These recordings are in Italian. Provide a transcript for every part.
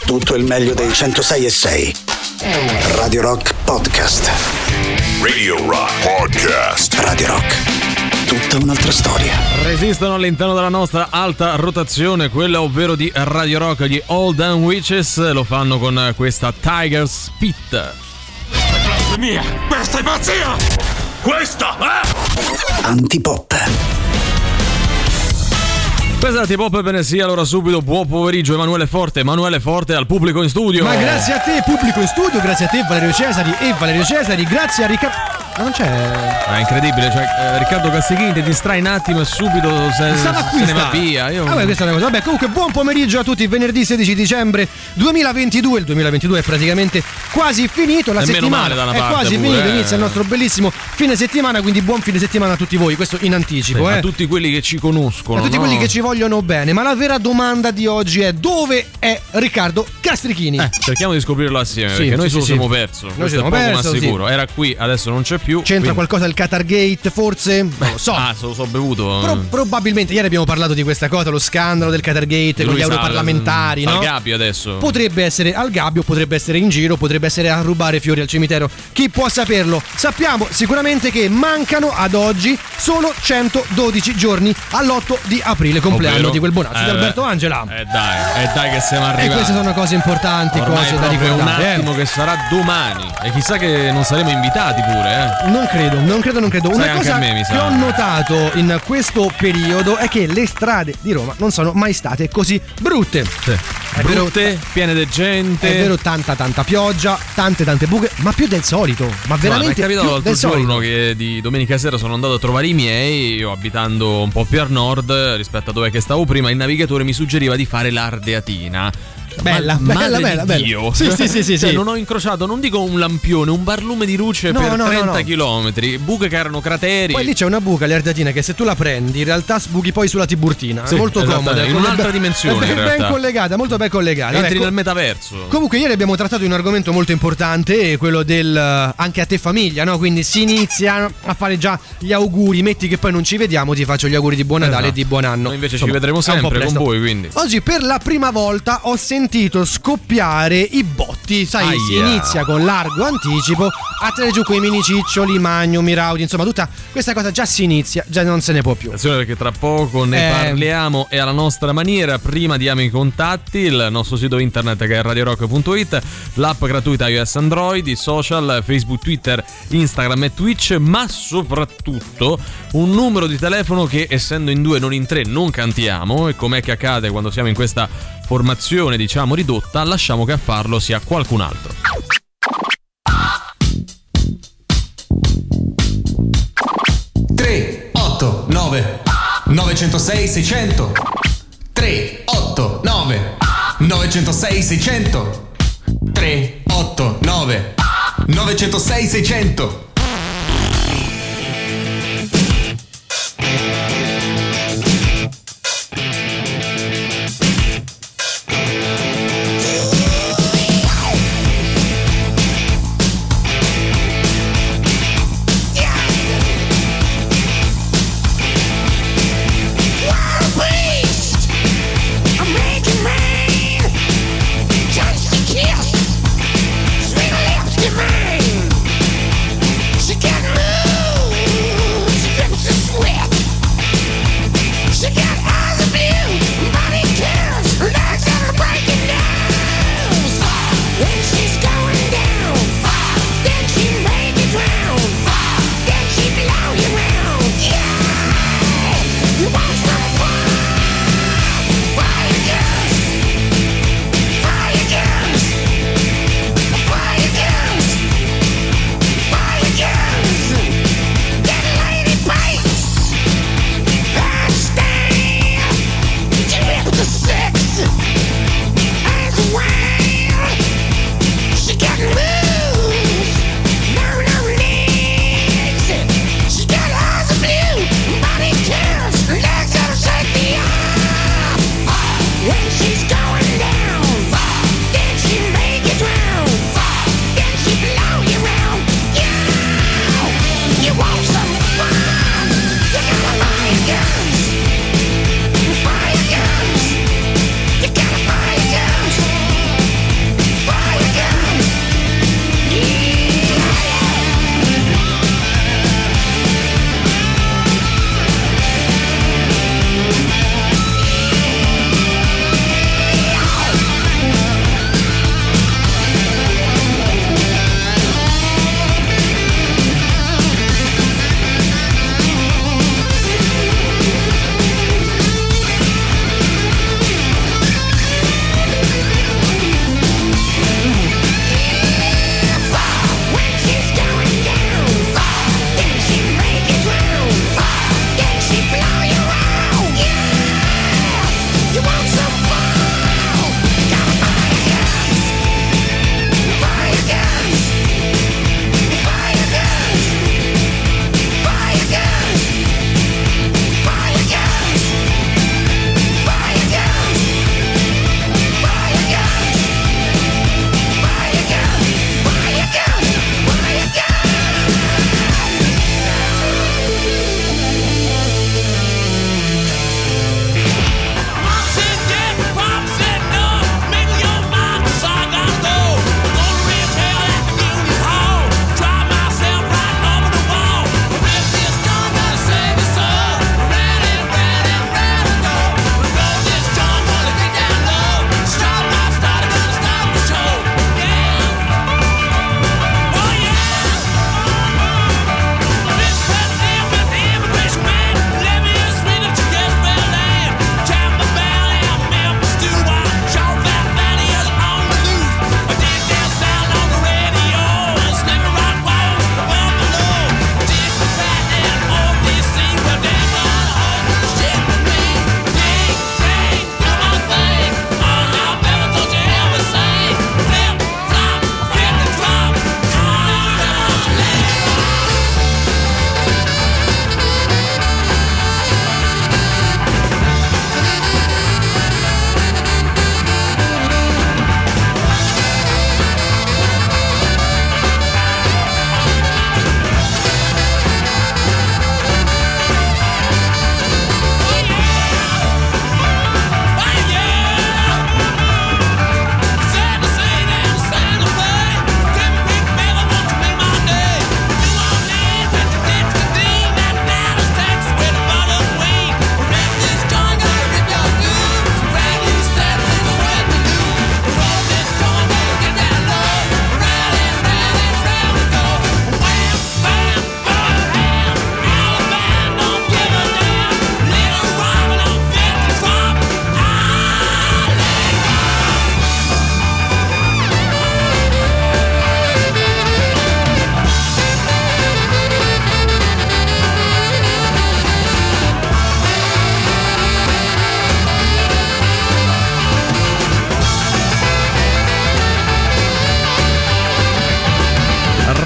tutto il meglio dei 106.6. Radio Rock Podcast. Radio Rock Podcast. Radio Rock, tutta un'altra storia. Resistono all'interno della nostra alta rotazione, quella ovvero di Radio Rock, gli All Down Witches. Lo fanno con questa Tiger Spit. Questa è blasfemia! Questa è pazzia! Questa è Antipop. Questa è Antipop, bene sia, allora subito buon pomeriggio Emanuele Forte al pubblico in studio. Ma grazie a te pubblico in studio, grazie a te Valerio Cesari, grazie a Riccardo. Non c'è. È incredibile, cioè Riccardo Castichini ti distrae un attimo e subito se ne va via. Questa è una cosa. Vabbè, comunque buon pomeriggio a tutti, venerdì 16 dicembre 2022. Il 2022 è praticamente quasi finito, la settimana è quasi finita, inizia il nostro bellissimo fine settimana, quindi buon fine settimana a tutti voi, questo in anticipo. A tutti quelli che ci conoscono, a tutti quelli che ci vogliono bene. Ma la vera domanda di oggi è: dove è Riccardo Castrichini? Cerchiamo di scoprirlo assieme, perché noi siamo perso. Noi siamo perso, ma sicuro. Era qui, adesso non c'è più. C'entra qualcosa il Qatar Gate, forse? Non lo so. Se lo so bevuto. Probabilmente. Ieri abbiamo parlato di questa cosa, lo scandalo del Qatar Gate con gli europarlamentari, no? Al gabbio adesso. Potrebbe essere al gabbio, potrebbe essere in giro, potrebbe essere a rubare fiori al cimitero. Chi può saperlo? Sappiamo sicuramente che mancano ad oggi solo 112 giorni all'8 di aprile, compleanno di quel Bonazzi di Alberto Angela. Dai che siamo arrivati. E queste sono cose importanti, ormai cose da ricordare. Un attimo che sarà domani. E chissà che non saremo invitati pure, Non credo. Una cosa che ho notato in questo periodo è che le strade di Roma non sono mai state così brutte. Brutte, piene di gente. È vero, tanta pioggia, tante buche, ma più del solito. Ma veramente mi è capitato più del solito. Giorno che di domenica sera sono andato a trovare i miei, io abitando un po' più a nord rispetto a dove che stavo prima, il navigatore mi suggeriva di fare l'Ardeatina. Bella. Dio. Sì. Non ho incrociato, non dico un lampione, un barlume di luce per 30 chilometri, buche che erano crateri. Poi lì c'è una buca, l'Ardeatina, che se tu la prendi in realtà sbuchi poi sulla Tiburtina. È molto comoda, in un'altra dimensione. È ben collegata, molto ben collegata. Entri nel metaverso. Comunque ieri abbiamo trattato di un argomento molto importante, quello del anche a te famiglia, no? Quindi si inizia a fare già gli auguri. Metti che poi non ci vediamo, ti faccio gli auguri di buon Natale e di buon anno. Noi invece ci vedremo sempre con voi, quindi. Oggi per la prima volta ho sentito scoppiare i botti, sai, si inizia con largo anticipo a tirare giù quei mini ciccioli, Magnum, Miraudi, insomma tutta questa cosa già si inizia, già non se ne può più. Attenzione perché tra poco ne parliamo e alla nostra maniera. Prima diamo i contatti, il nostro sito internet che è radiorock.it, l'app gratuita iOS Android, i social Facebook, Twitter, Instagram e Twitch, ma soprattutto un numero di telefono che essendo in 2 non in 3 non cantiamo, e com'è che accade quando siamo in questa formazione diciamo ridotta, lasciamo che a farlo sia qualcun altro. Tre 8 9 906 600 3 8 9 906 600 3 8 9 906 600. Just a kiss, sweet lips to mine.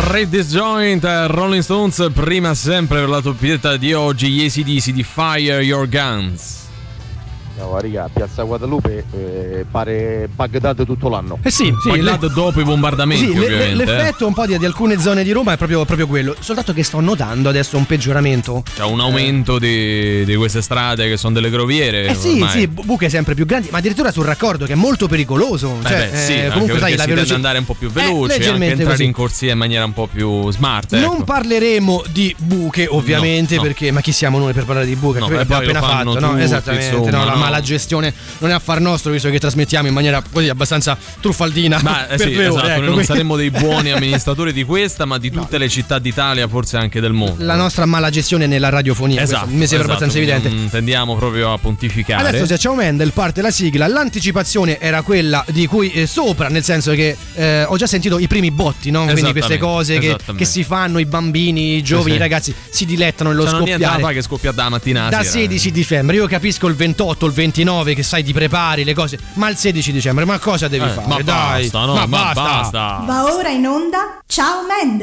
Read This Joint, Rolling Stones, prima sempre per la toppietta di oggi, gli AC/DC di Fire Your Guns. No, raga, Piazza Guadalupe pare Baghdad tutto l'anno. Sì, Baghdad dopo i bombardamenti, ovviamente. L'effetto un po' di alcune zone di Roma è proprio quello. Soltanto che sto notando adesso un peggioramento. C'è un aumento di queste strade che sono delle groviere. Sì, buche sempre più grandi, ma addirittura sul raccordo che è molto pericoloso. Comunque sai, la velocità deve andare un po' più veloce, anche entrare così in corsia in maniera un po' più smart. Non parleremo di buche, ovviamente, no. Perché ma chi siamo noi per parlare di buche? Abbiamo appena fatto, no? Esattamente, insomma, la gestione non è affar nostro, visto che trasmettiamo in maniera così abbastanza truffaldina. Esatto, noi non saremmo dei buoni amministratori di questa, ma di tutte le città d'Italia, forse anche del mondo. La nostra mala gestione nella radiofonia, mi sembra abbastanza evidente. Non tendiamo proprio a pontificare. Adesso se c'è un Mendel, parte la sigla. L'anticipazione era quella di cui sopra, nel senso che ho già sentito i primi botti, no? Quindi queste cose che si fanno, i bambini, i giovani, i ragazzi si dilettano nello scoppiare. Non niente da che scoppia da mattina da 16 dicembre. Io capisco il 28, il 29 che sai ti prepari le cose, ma il 16 dicembre ma cosa devi fare? Ma dai, basta, no, ma basta. Va ora in onda Ciao Mendel.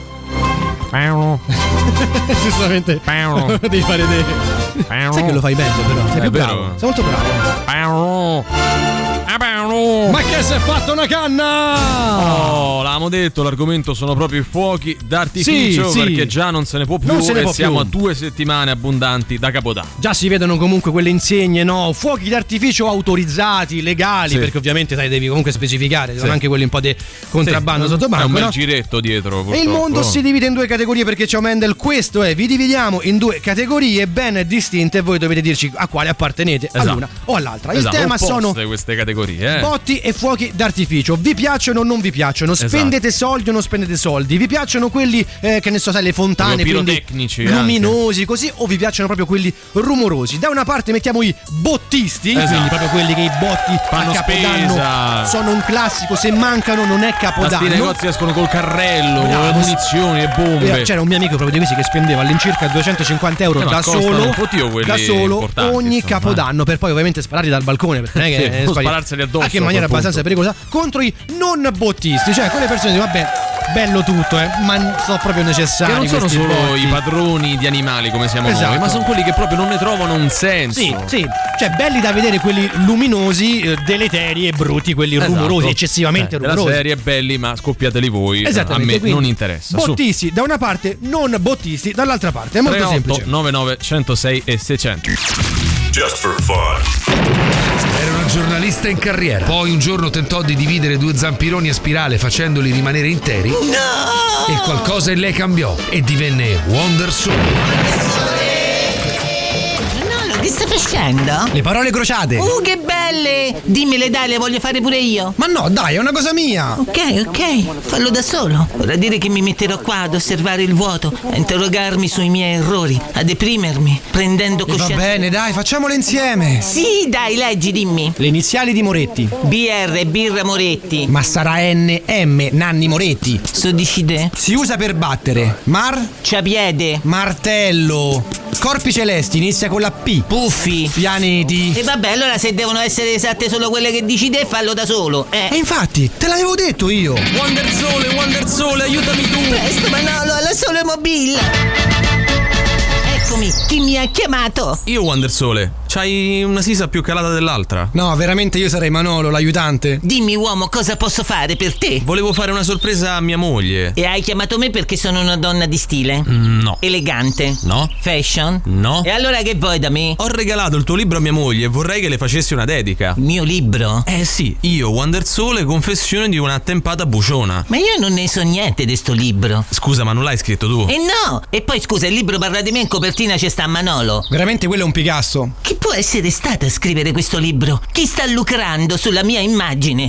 Giustamente devi fare sai che lo fai meglio, però sei più bravo, sei molto bravo. Ma che si è fatto una canna? Oh, l'avevamo detto, l'argomento sono proprio i fuochi d'artificio, perché già non se ne può più siamo a 2 settimane abbondanti da Capodanno. Già si vedono comunque quelle insegne, no? Fuochi d'artificio autorizzati, legali, perché ovviamente sai, devi comunque specificare, sono anche quelli un po' di contrabbando sotto banco. È un bel giretto dietro, purtroppo. E il mondo si divide in 2 categorie, perché c'è Mendel, questo è, vi dividiamo in 2 categorie ben distinte e voi dovete dirci a quale appartenete, all'una o all'altra. Il tema sono queste categorie, botti e fuochi d'artificio. Vi piacciono o non vi piacciono? Spendete soldi o non spendete soldi? Vi piacciono quelli che ne so, sai, le fontane pirotecnici luminosi così, o vi piacciono proprio quelli rumorosi? Da una parte mettiamo i bottisti, quindi proprio quelli che i botti fanno a Capodanno spesa, sono un classico, se mancano non è Capodanno. I negozi escono col carrello, munizioni e bombe. C'era un mio amico proprio di questi che spendeva all'incirca 250 euro da solo ogni Capodanno, per poi ovviamente spararli dal balcone, perché non è che spararseli addosso anche in maniera abbastanza pericolosa, contro i non bottisti, cioè quelle persone che vabbè, bello tutto, ma sono proprio necessari. Che non sono solo botti. I padroni di animali come siamo noi, ma sono quelli che proprio non ne trovano un senso. Sì, cioè belli da vedere quelli luminosi, deleteri, e brutti quelli rumorosi, eccessivamente rumorosi. La serie belli, ma scoppiateli voi. A me non interessa. Bottisti da una parte, non bottisti dall'altra parte. È molto semplice. 99 106 e 600. Just for fun. Era una giornalista in carriera. Poi un giorno tentò di dividere 2 zampironi a spirale facendoli rimanere interi. No! E qualcosa in lei cambiò e divenne Wonder Sole. Che stai facendo? Le parole crociate. Che belle! Dimmele, dai, le voglio fare pure io. Ma no, dai, è una cosa mia. Ok, fallo da solo. Vorrà dire che mi metterò qua ad osservare il vuoto, a interrogarmi sui miei errori, a deprimermi, prendendo coscienza. Va bene, dai, facciamole insieme. Sì, dai, leggi, dimmi. Le iniziali di Moretti. BR, Birra Moretti. Ma sarà NM, Nanni Moretti. So decide? Si usa per battere. Ciapiede. Martello. Corpi celesti, inizia con la P. Puffi. Pianeti. E vabbè, allora se devono essere esatte solo quelle che dici te, fallo da solo. E infatti, te l'avevo detto io. Wonder Sole, aiutami tu. Presto, Manolo, alla Sole Mobile. Eccomi, chi mi ha chiamato? Io, Wonder Sole. C'hai una sisa più calata dell'altra. No, veramente io sarei Manolo, l'aiutante. Dimmi, uomo, cosa posso fare per te? Volevo fare una sorpresa a mia moglie. E hai chiamato me perché sono una donna di stile? No. Elegante? No. Fashion? No. E allora che vuoi da me? Ho regalato il tuo libro a mia moglie e vorrei che le facessi una dedica. Mio libro? Sì, io, Wonder Sole, confessione di un'attempata buciona. Ma io non ne so niente di sto libro. Scusa, ma non l'hai scritto tu? No! E poi scusa, il libro parla di me, in copertina ci sta Manolo. Veramente quello è un Picasso. Chi può essere stata a scrivere questo libro? Chi sta lucrando sulla mia immagine?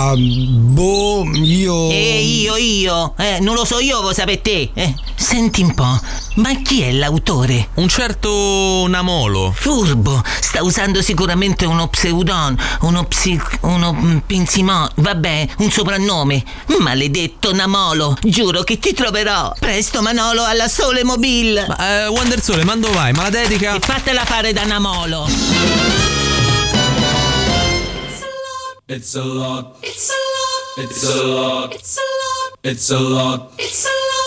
Io. Io? Non lo so io, lo sapete te. Senti un po', ma chi è l'autore? Un certo Namolo. Furbo, sta usando sicuramente uno pseudon, uno pinzimon, vabbè, un soprannome. Maledetto Namolo, giuro che ti troverò. Presto Manolo, alla Sole Mobile. Ma Wonder Sole, ma dove vai? Ma la dedica? E fatela fare da Namolo. It's a lot. It's a lot. It's a lot. It's a lot. It's a lot. It's a lot.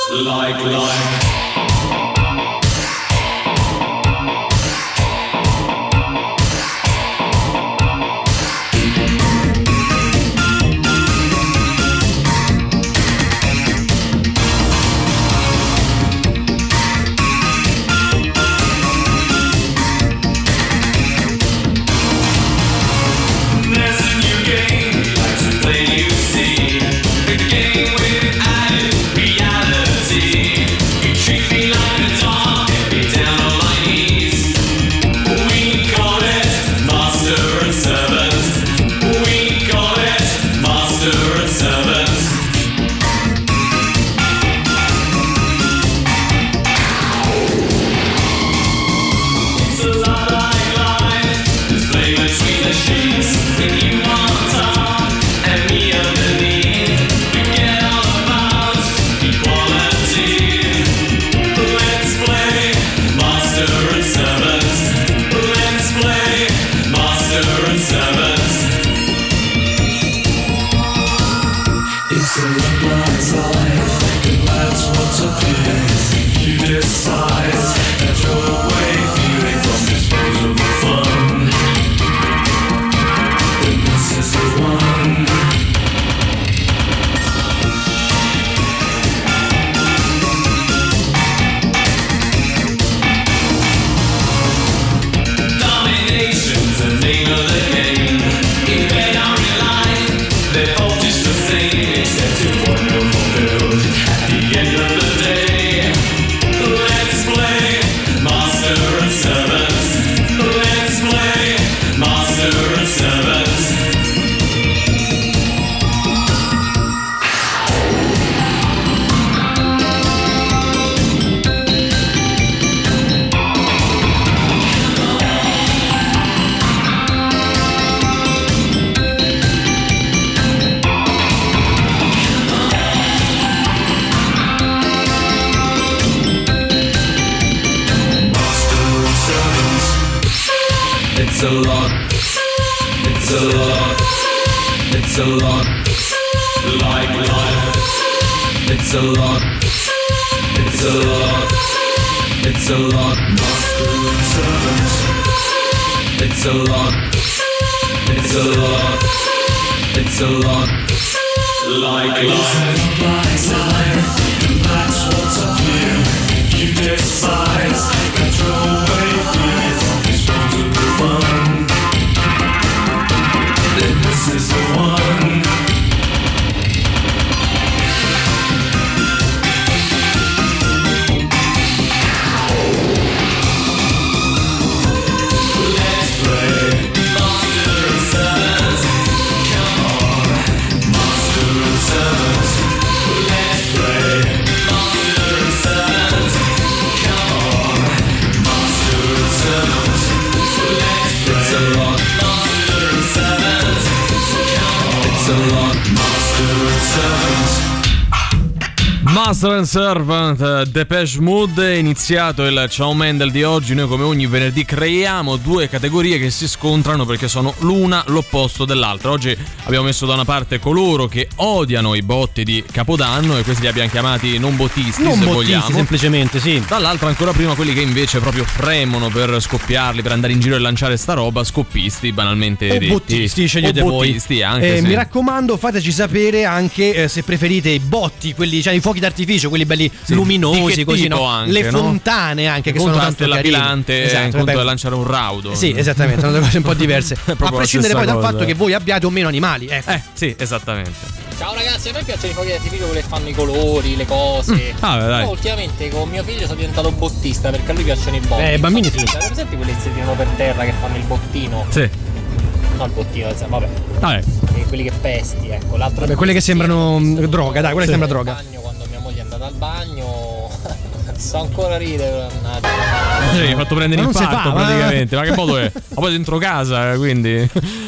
Master and Servant, Depeche Mode. È iniziato il Ciao Mendel di oggi. Noi come ogni venerdì creiamo due categorie che si scontrano perché sono l'una l'opposto dell'altra. Oggi abbiamo messo da una parte coloro che odiano i botti di Capodanno, e questi li abbiamo chiamati non bottisti, non se bottisti, vogliamo, semplicemente, sì. Dall'altra ancora prima quelli che invece proprio fremono per scoppiarli, per andare in giro e lanciare sta roba, scoppisti banalmente o detti. bottisti, scegliete o voi. Bottisti anche, sì. Mi raccomando, fateci sapere anche se preferite i botti, quelli, cioè i fuochi d'artificio, quelli belli luminosi, così, no? Anche, le no? fontane anche, che conto sono tanto carine. Pilante, esatto, conto di lanciare un raudo. Sì, esattamente, sono due cose un po' diverse. A prescindere poi dal fatto che voi abbiate o meno animali, ecco. Sì, esattamente. Ciao ragazzi, a me piacciono i fuochi d'artificio che fanno i colori, le cose. Dai. Ultimamente con mio figlio sono diventato bottista perché a lui piacciono i botti. Bambini sì. Avete presente quelli che si tirano per terra che fanno il bottino? Sì. No, il bottino, vabbè. Quelli che pesti, ecco. L'altro quelle che sembrano droga, dai, quella che sembra droga. Quando mia moglie è andata al bagno so ancora ridere. Mi hai fatto prendere ma infarto praticamente. Ma che modo è? Ma poi dentro casa, quindi.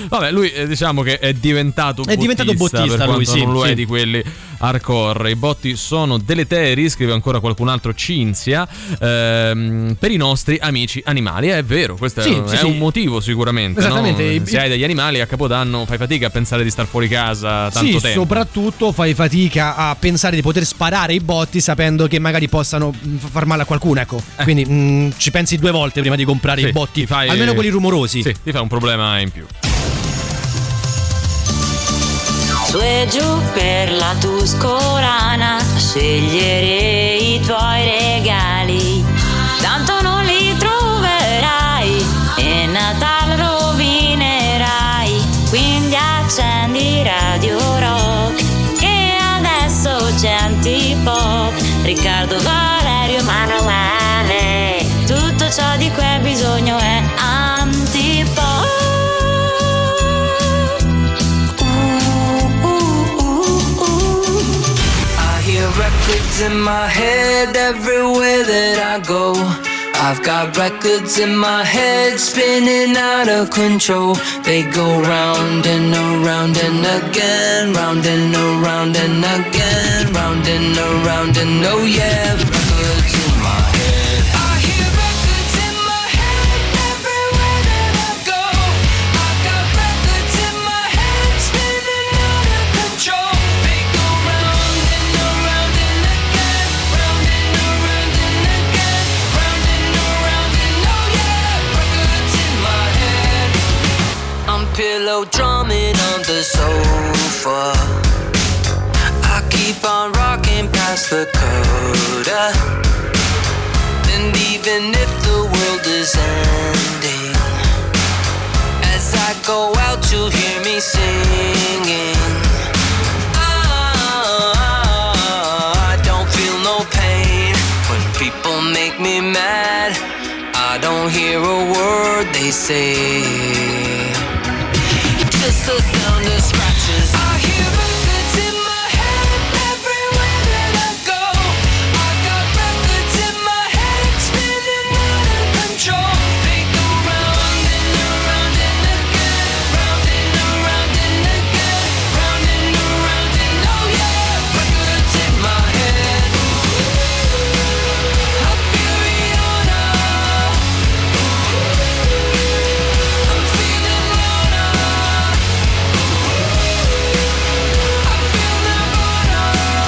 Vabbè, lui diciamo che è diventato bottista per lui, quanto non lo è di quelli hardcore. I botti sono deleteri, scrive ancora qualcun altro, Cinzia, per i nostri amici animali. È vero, questo è un motivo sicuramente. Esattamente. No? Se hai degli animali a Capodanno fai fatica a pensare di star fuori casa tanto tempo. Soprattutto fai fatica a pensare di poter sparare i botti sapendo che magari possano far male a qualcuno, ecco. Quindi ci pensi 2 volte prima di comprare i botti, almeno quelli rumorosi. Sì, ti fa un problema in più. Su e giù per la Tuscolana, scegliere i tuoi regali, tanto non li troverai e Natale rovinerai. Quindi accendi Radio Rock, che adesso c'è Antipop, Riccardo, Valerio, Emanuele, tutto ciò di cui hai bisogno è Antipop. Records in my head everywhere that I go. I've got records in my head spinning out of control. They go round and around and again, round and around and again, round and around and oh yeah, records in my head. I hear records in my head everywhere that I go. I've got records in my head spinning out of control. They go round and around and again, round and around and again, round and around and oh yeah, records in my head. I'm pillow drumming on the sofa. I keep on rocking past the coda. And even if the world is ending, as I go out you'll hear me singing. I don't feel no pain when people make me mad. I don't hear a word they say, just the sound of scratches. I hear records in my head everywhere that I go. I got records in my head spinning out of control. They go round and around and again, round and around and again, round and around and oh yeah, records in my head. I feel Rihanna, I'm feeling Lana, I feel Nirvana,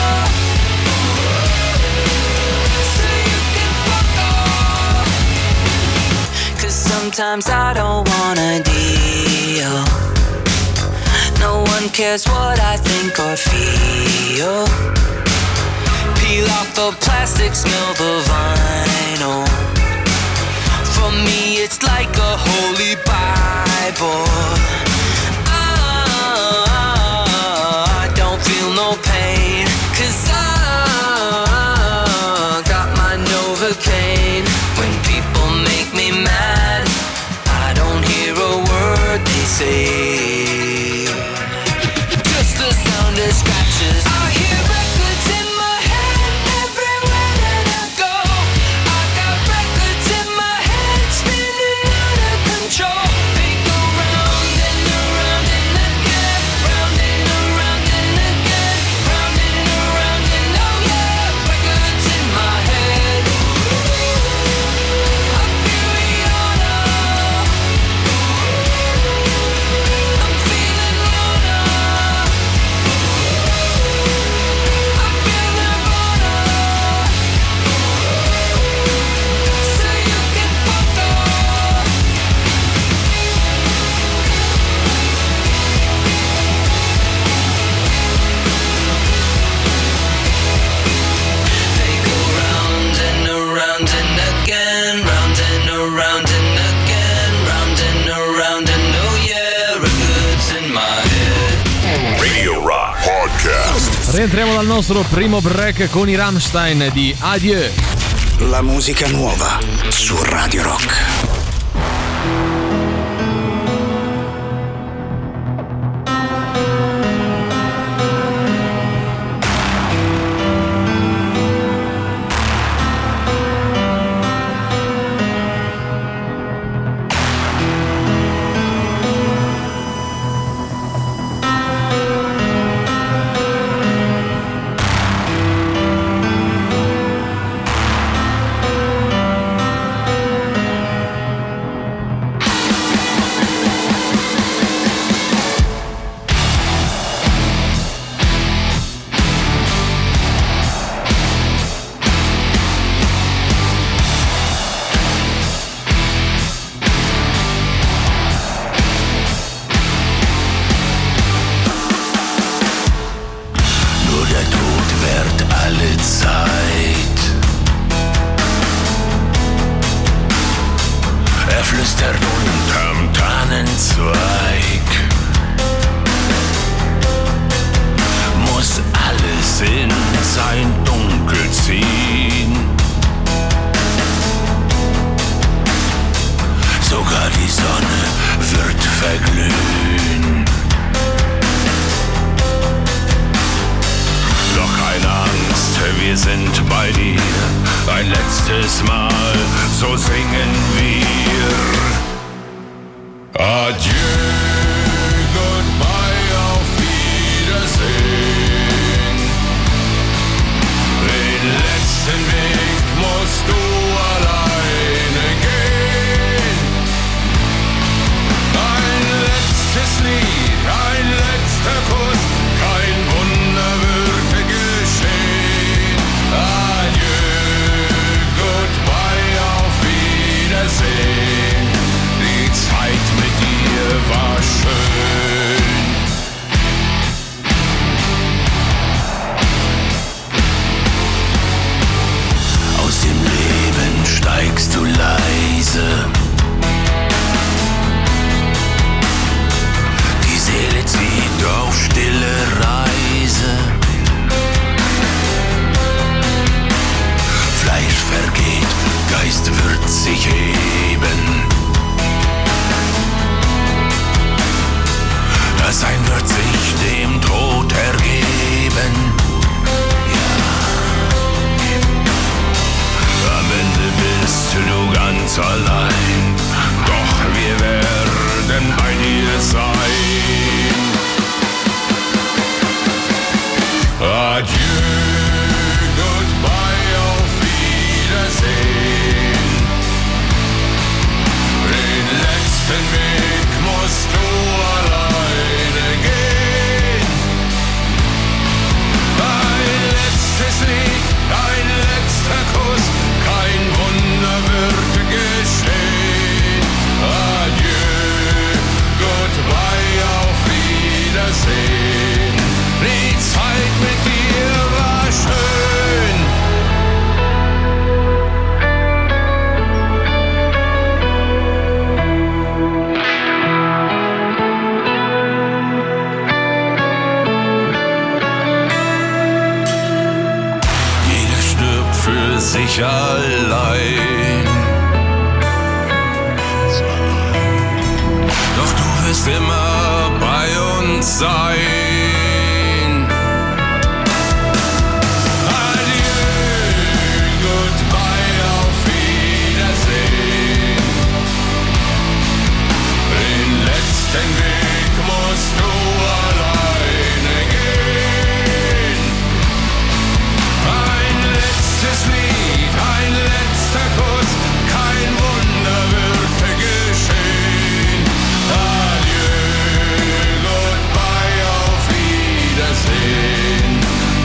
so you can fuck off. 'Cause sometimes I don't wanna deal. No one cares what I think or feel. Peel off the plastic, smell the vinyl. For me it's like a holy Bible. I don't feel no pain, 'cause I got my Novocaine. When people make me mad, I don't hear a word they say, just the sound of scratches. I hear records in my head everywhere that I go. I got records in my head spinning out of control. They go round and around and again, round and around and again, round and around and oh yeah, records in my head. I feel Rihanna, I'm feeling Lana, I feel Nirvana, so you can fuck off. They go round and around and again, round and around and again, round and around and oh yeah, records in my head. Radio Rock Podcast. Rientriamo dal nostro primo break con i Rammstein di Adieu. La musica nuova su Radio Rock. nicht allein. Doch du wirst immer bei uns sein. Den Weg musst du alleine gehen. Ein letztes Lied, ein letzter Kuss, kein Wunder wird geschehen. Adieu, goodbye, auf Wiedersehen.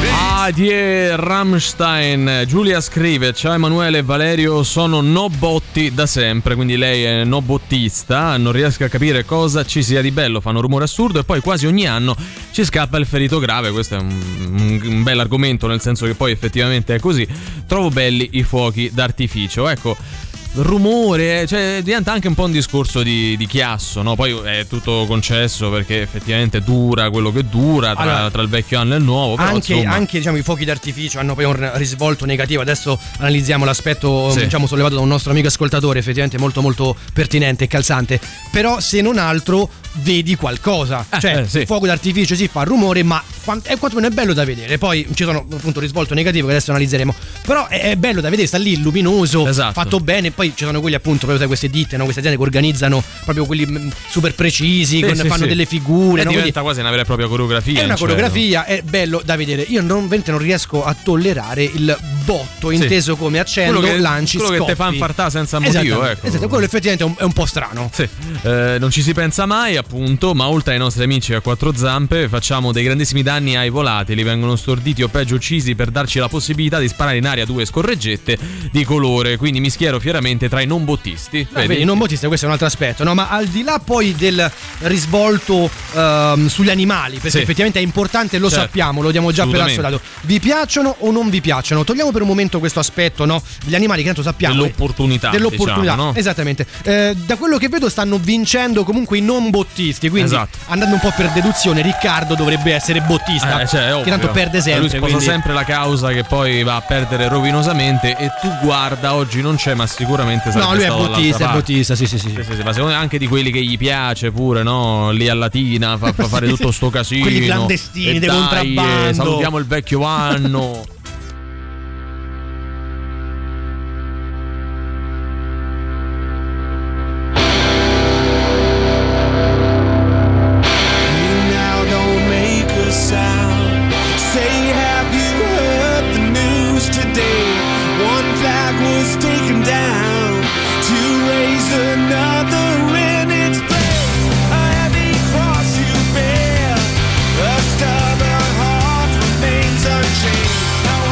Adieu Rammstein. Giulia scrive: ciao Emanuele e Valerio, sono no botti da sempre, quindi lei è no bottista, non riesco a capire cosa ci sia di bello, fanno rumore assurdo e poi quasi ogni anno ci scappa il ferito grave. Questo è un bel argomento, nel senso che poi effettivamente è così. Trovo belli i fuochi d'artificio, ecco. Rumore, cioè diventa anche un po' un discorso di chiasso, no? Poi è tutto concesso perché effettivamente dura quello che dura tra il vecchio anno e il nuovo, però, anche diciamo i fuochi d'artificio hanno poi un risvolto negativo. Adesso analizziamo l'aspetto diciamo sollevato da un nostro amico ascoltatore, effettivamente molto molto pertinente e calzante. Però se non altro vedi qualcosa, il fuoco d'artificio si fa rumore, ma è quantomeno è bello da vedere. Poi ci sono appunto risvolto negativo che adesso analizzeremo, però è bello da vedere, sta lì luminoso, fatto bene. Poi ci sono quelli appunto proprio queste ditte, no? Queste aziende che organizzano proprio quelli super precisi, fanno delle figure, diventa quasi una vera e propria coreografia. È una coreografia, è bello da vedere. Io non riesco a tollerare il botto, inteso come accendo, lanci, quello scoppi. Che te fa infartare senza motivo, ecco. Esatto, quello effettivamente è un po' strano. Non ci si pensa mai, appunto, ma oltre ai nostri amici a quattro zampe facciamo dei grandissimi danni ai volatili, vengono storditi o peggio uccisi per darci la possibilità di sparare in aria 2 scorreggette di colore. Quindi mi schiero fieramente tra i non bottisti. Vedi, i non bottisti, questo è un altro aspetto, no? Ma al di là poi del risvolto sugli animali, perché effettivamente è importante, lo sappiamo, lo diamo già per assolato. Vi piacciono o non vi piacciono? Togliamo per un momento questo aspetto, no? Gli animali che tanto sappiamo. Dell'opportunità, diciamo, no? Esattamente. Da quello che vedo stanno vincendo comunque i non bottisti, quindi andando un po' per deduzione, Riccardo dovrebbe essere bottista, che tanto perde sempre. Lui sposa sempre la causa che poi va a perdere rovinosamente, e tu guarda, oggi non c'è, ma sicuramente sarà. No, lui è bottista, sì. Ma secondo me anche di quelli che gli piace pure, no? Lì a Latina fa fare tutto sto casino. Quelli clandestini, di contrabbando. Salutiamo il vecchio anno. Unchained.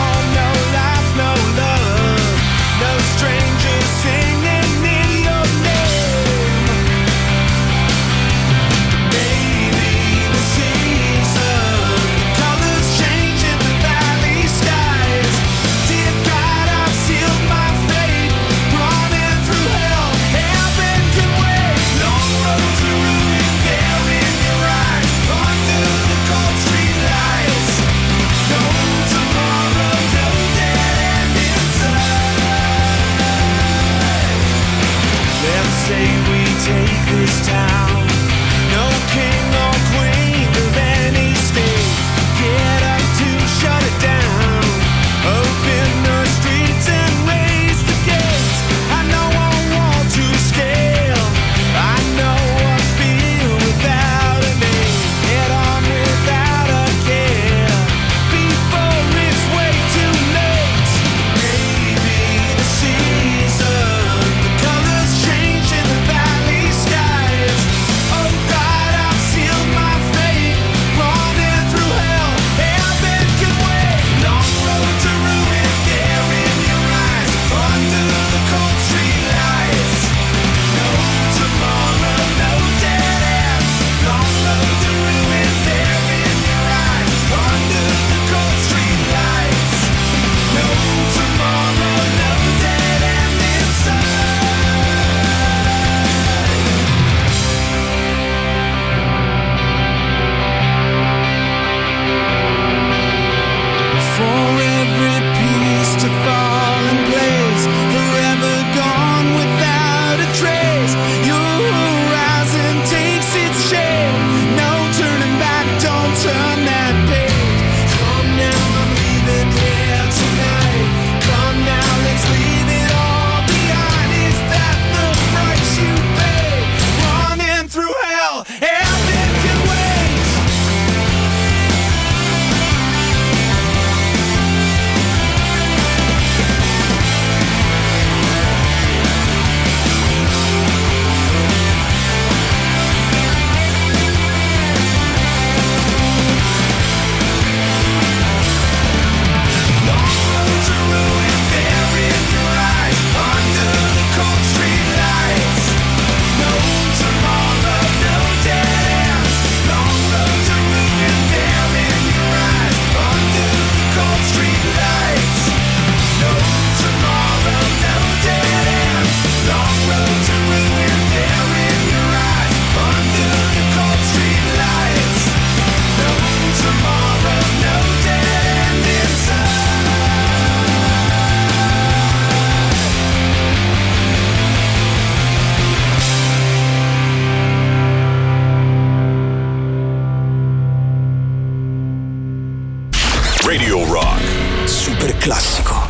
Radio Rock. Super classico.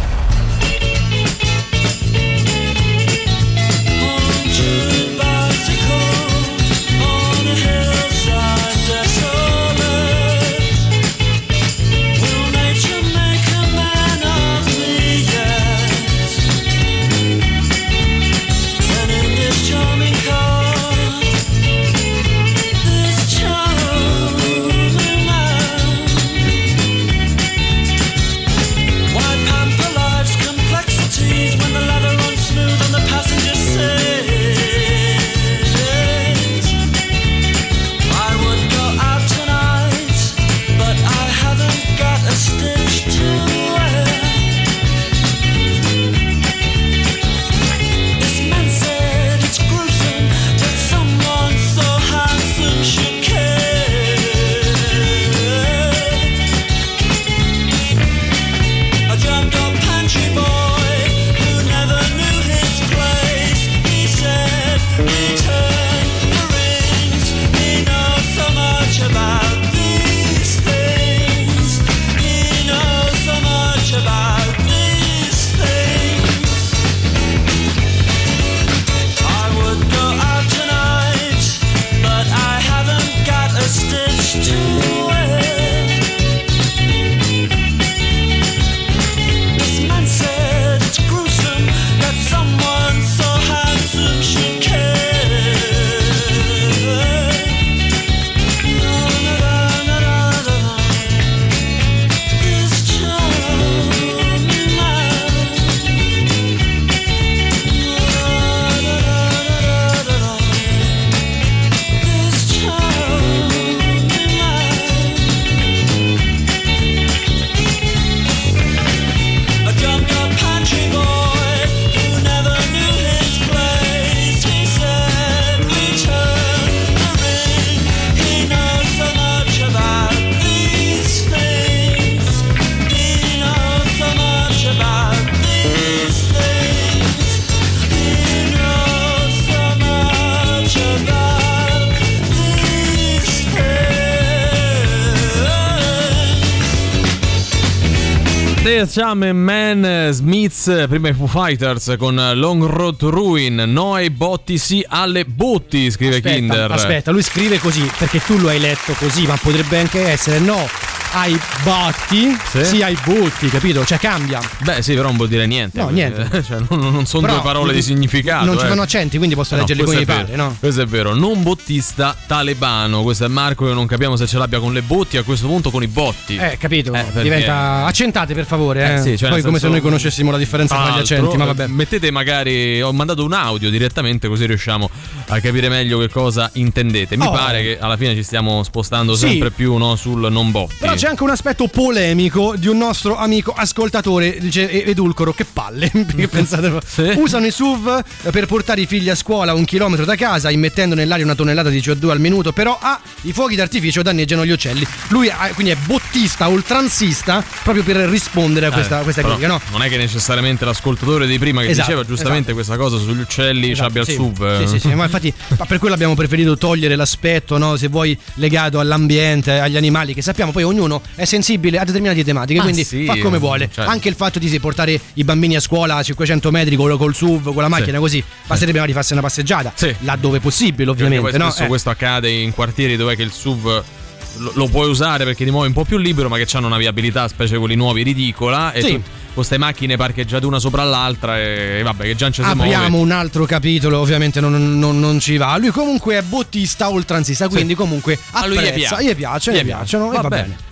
Chame Man Smiths, prima i Foo Fighters con Long Road to Ruin. No ai botti, sì alle botti, scrive Kinder. Aspetta, lui scrive così perché tu lo hai letto così, ma potrebbe anche essere no ai botti, sì ai botti, capito? Cioè cambia. Beh sì, però non vuol dire niente. No, niente. Cioè, non sono due parole di significato. Non ci fanno accenti, quindi posso leggerli come mi pare, no? Questo è vero. Non bottista talebano. Questo è Marco che non capiamo se ce l'abbia con le botti, a questo punto con i botti. Capito. Perché... Diventa... Accentate per favore, Sì, cioè poi come se noi conoscessimo la differenza tra gli accenti, ma vabbè. Mettete magari, ho mandato un audio direttamente così riusciamo a capire meglio che cosa intendete. Mi pare che alla fine ci stiamo spostando sempre più, no, sul non botti. Però c'è anche un aspetto polemico di un nostro amico ascoltatore, dice Edulcoro, che palle. Che pensate? Sì? Usano i SUV per portare i figli a scuola 1 chilometro da casa, immettendo nell'aria una tonnellata di CO2 al minuto, però i fuochi d'artificio danneggiano gli uccelli. Lui quindi è bottista, oltranzista, proprio per rispondere a questa critica, no? Non è che necessariamente l'ascoltatore di prima che diceva giustamente questa cosa sugli uccelli ci abbia il SUV. Sì, ma infatti per quello abbiamo preferito togliere l'aspetto, no, se vuoi, legato all'ambiente, agli animali, che sappiamo poi ognuno è sensibile a determinate tematiche, quindi fa come vuole. Anche il fatto di portare i bambini a scuola a 500 metri col SUV, con la macchina, così basterebbe magari farsi una passeggiata, laddove possibile, ovviamente. Perché poi spesso questo accade in quartieri dove che il SUV lo puoi usare perché ti muovi un po' più libero, ma che hanno una viabilità, specie quelli nuovi, ridicola, e tu con queste macchine parcheggiate una sopra l'altra e vabbè, che già non ci si muove. Apriamo un altro capitolo, ovviamente non ci va. Lui comunque è bottista oltranzista, quindi comunque a lui gli piacciono e va bene.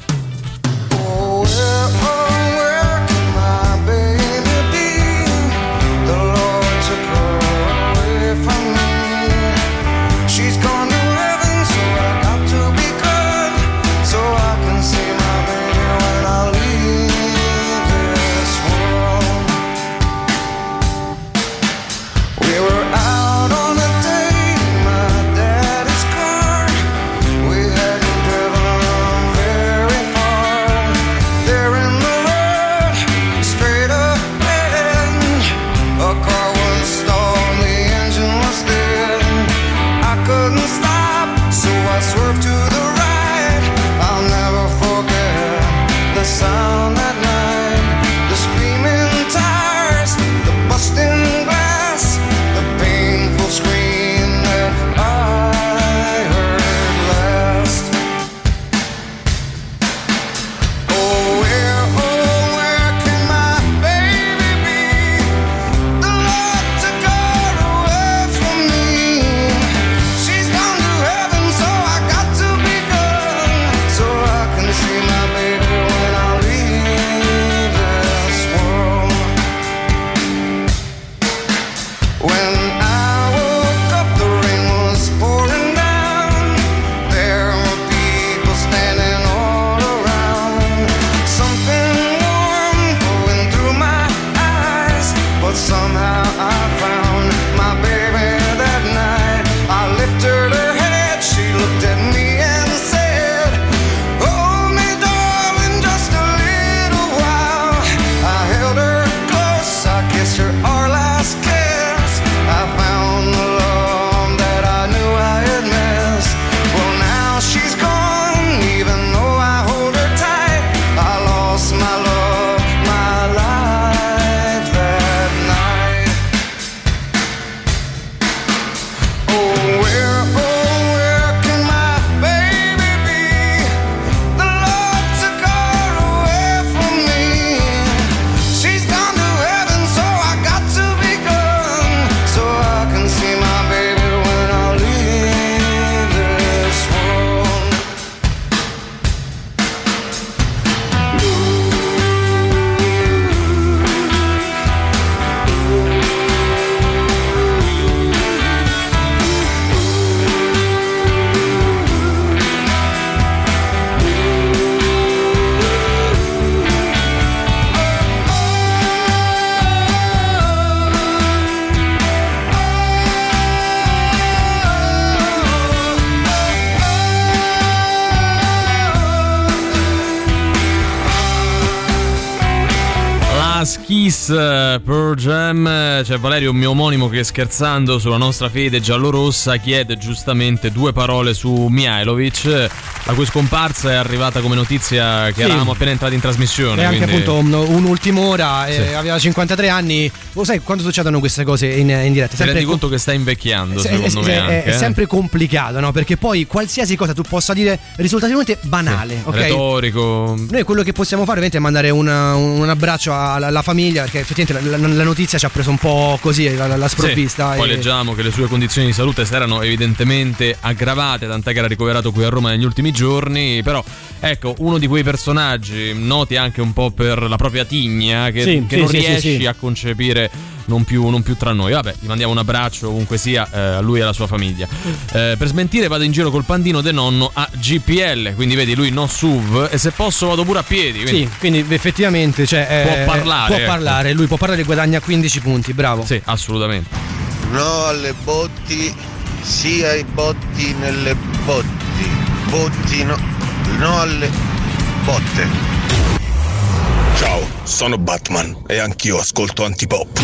Swerve to the right, I'll never forget the sound Last Kiss Pearl Jam. C'è Valerio, un mio omonimo, che scherzando sulla nostra fede giallorossa chiede giustamente due parole su Mihajlovic, la cui scomparsa è arrivata come notizia che eravamo appena entrati in trasmissione. E anche appunto un'ultima ora, Sì. aveva 53 anni. Lo sai quando succedono queste cose in diretta? Ti rendi conto che sta invecchiando, secondo me anche, è sempre complicato, no? Perché poi qualsiasi cosa tu possa dire risulta veramente banale, Sì, ok? retorico. Noi quello che possiamo fare ovviamente è mandare un abbraccio alla famiglia, perché effettivamente la notizia ci ha preso un po' così la sprovvista. Sì, poi leggiamo che le sue condizioni di salute si erano evidentemente aggravate, tant'è che era ricoverato qui a Roma negli ultimi giorni. Però ecco, uno di quei personaggi noti anche un po' per la propria tigna, che non riesci a concepire non più tra noi. Vabbè, gli mandiamo un abbraccio ovunque sia, a lui e alla sua famiglia. Per smentire, vado in giro col pandino de nonno a GPL, quindi vedi, lui no SUV, e se posso vado pure a piedi, quindi sì, quindi effettivamente può parlare, lui può parlare e guadagna 15 punti, bravo. Sì, assolutamente. No alle botti, sì ai botti nelle botti. Botti no alle botte. Ciao, sono Batman e anch'io ascolto Antipop.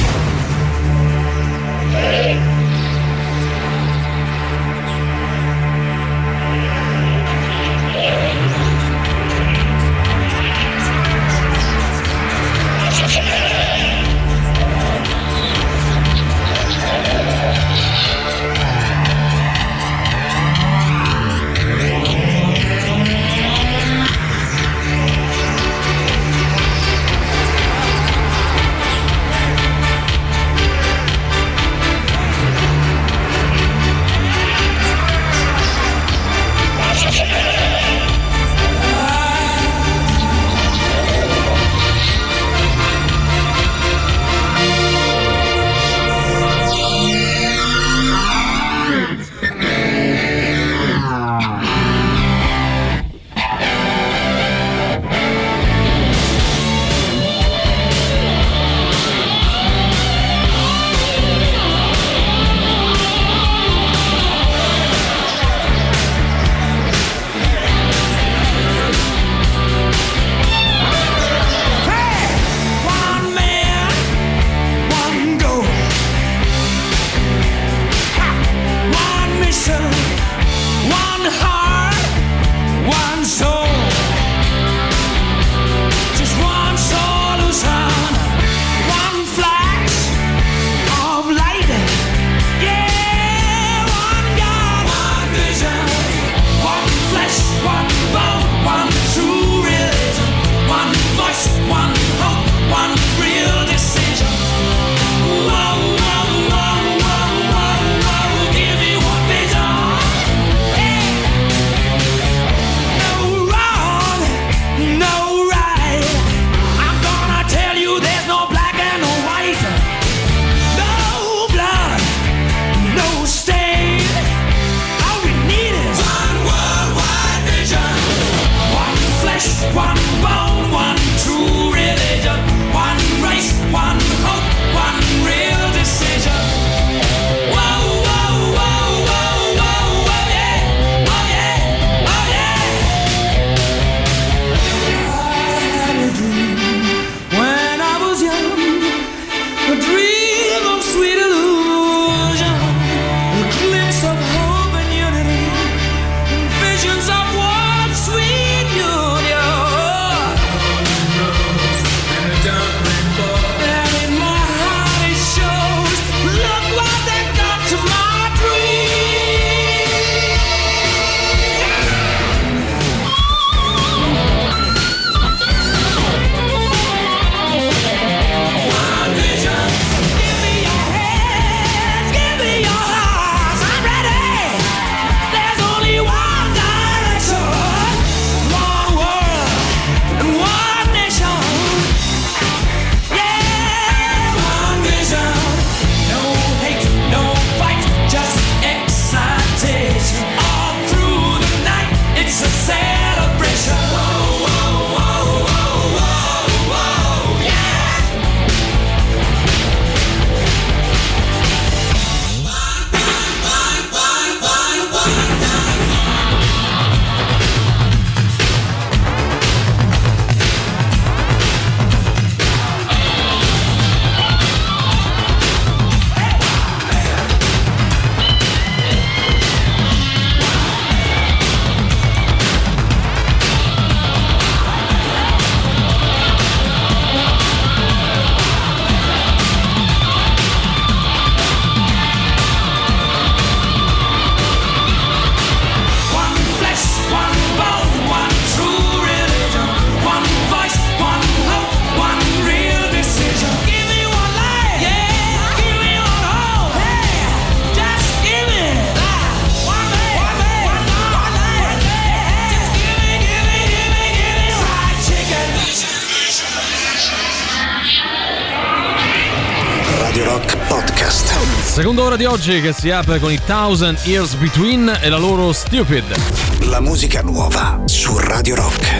Seconda ora di oggi che si apre con i Thousand Years Between e la loro Stupid. La musica nuova su Radio Rock.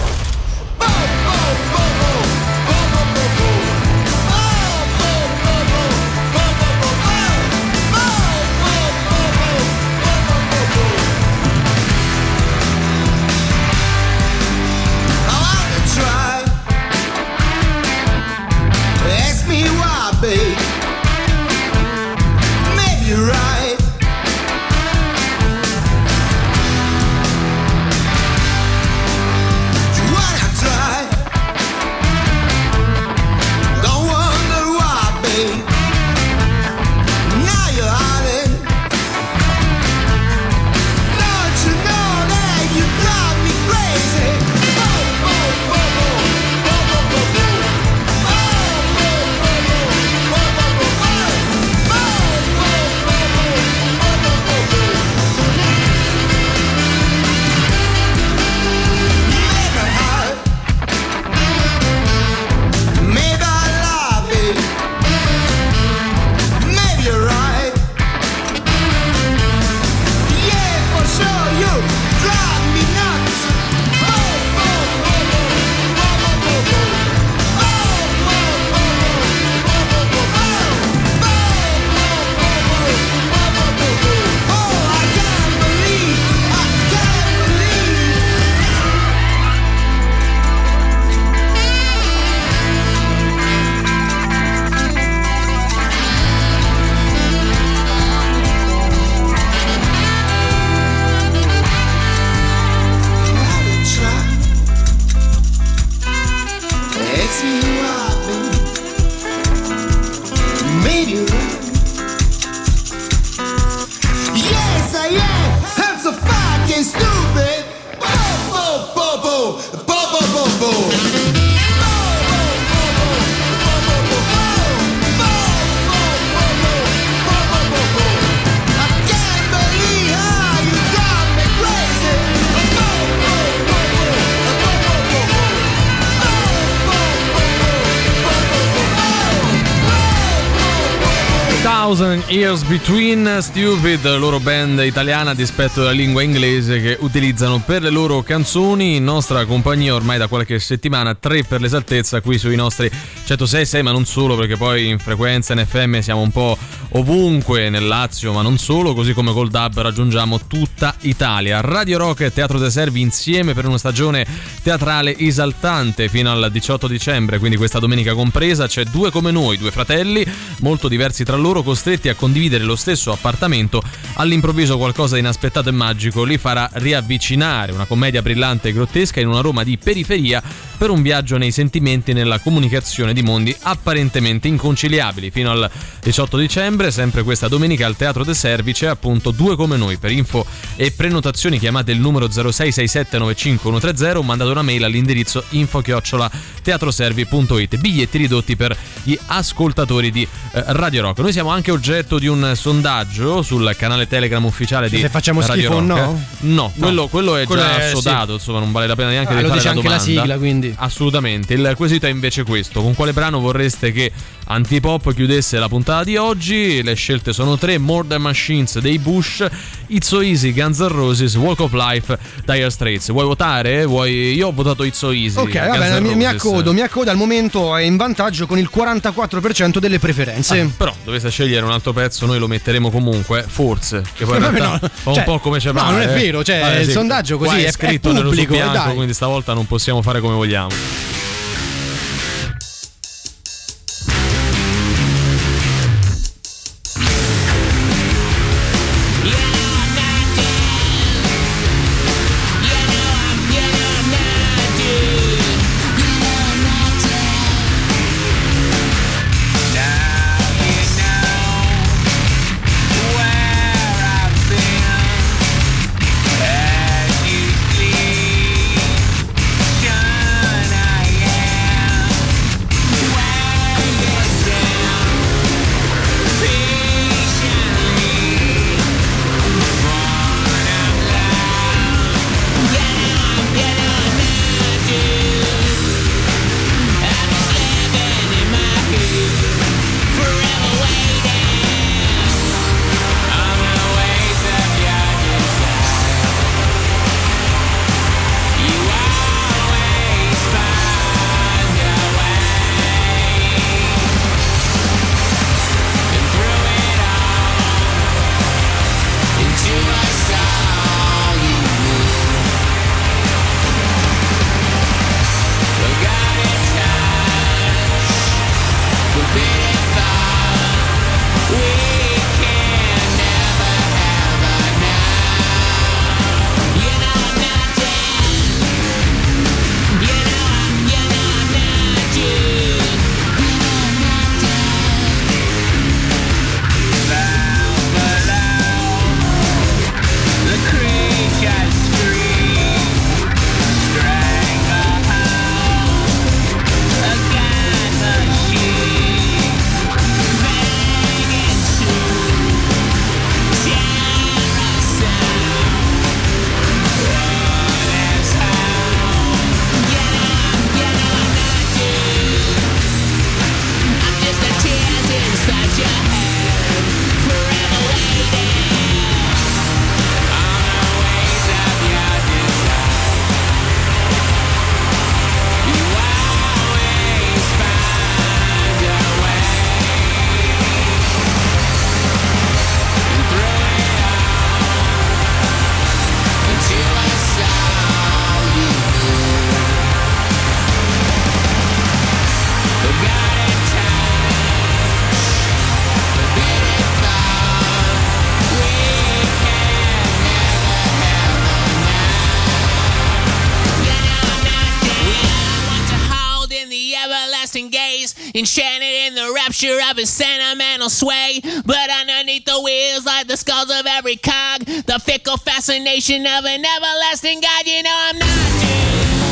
Thousand Years Between, Stupid, loro band italiana a dispetto della lingua inglese che utilizzano per le loro canzoni in nostra compagnia ormai da qualche settimana, 3 per l'esattezza qui sui nostri 106.6, ma non solo, perché poi in frequenza in FM siamo un po' ovunque nel Lazio, ma non solo, così come col DAB raggiungiamo tutta Italia. Radio Rock e Teatro dei Servi insieme per una stagione teatrale esaltante fino al 18 dicembre, quindi questa domenica compresa. C'è Due come noi, due fratelli molto diversi tra loro, costretti a condividere lo stesso appartamento. All'improvviso qualcosa di inaspettato e magico li farà riavvicinare, una commedia brillante e grottesca in una Roma di periferia per un viaggio nei sentimenti e nella comunicazione di mondi apparentemente inconciliabili. Fino al 18 dicembre, sempre questa domenica al Teatro dei Servi, c'è appunto Due come noi. Per info e prenotazioni chiamate il numero 0667951130 o mandate una mail all'indirizzo info@teatroservi.it. Biglietti ridotti per gli ascoltatori di Radio Rock. Noi siamo anche oggetto di un sondaggio sul canale Telegram ufficiale di se facciamo Radio schifo Rock. No? Quello è Quello già è, assodato, sì. Insomma non vale la pena neanche di lo fare dice la anche domanda. la sigla, quindi Assolutamente. Il quesito è invece questo: con quale brano vorreste che Antipop chiudesse la puntata di oggi? Le scelte sono 3: More Than Machines dei Bush, It's So Easy Guns N' Roses, Walk of Life Dire Straits. Vuoi votare? Io ho votato It's So Easy. Ok, vabbè, mi accodo al momento è in vantaggio con il 44% delle preferenze. Però dovesse scegliere un altro pezzo noi lo metteremo comunque, forse, che poi in realtà fa un po' come c'è no, non è vero, cioè il sondaggio così è scritto pubblico, nello su bianco, dai. quindi stavolta non possiamo fare come vogliamo. Can I everlasting gaze, enchanted in the rapture of his sentimental sway. But underneath the wheels, like the skulls of every cog, the fickle fascination of an everlasting God. You know I'm not doomed.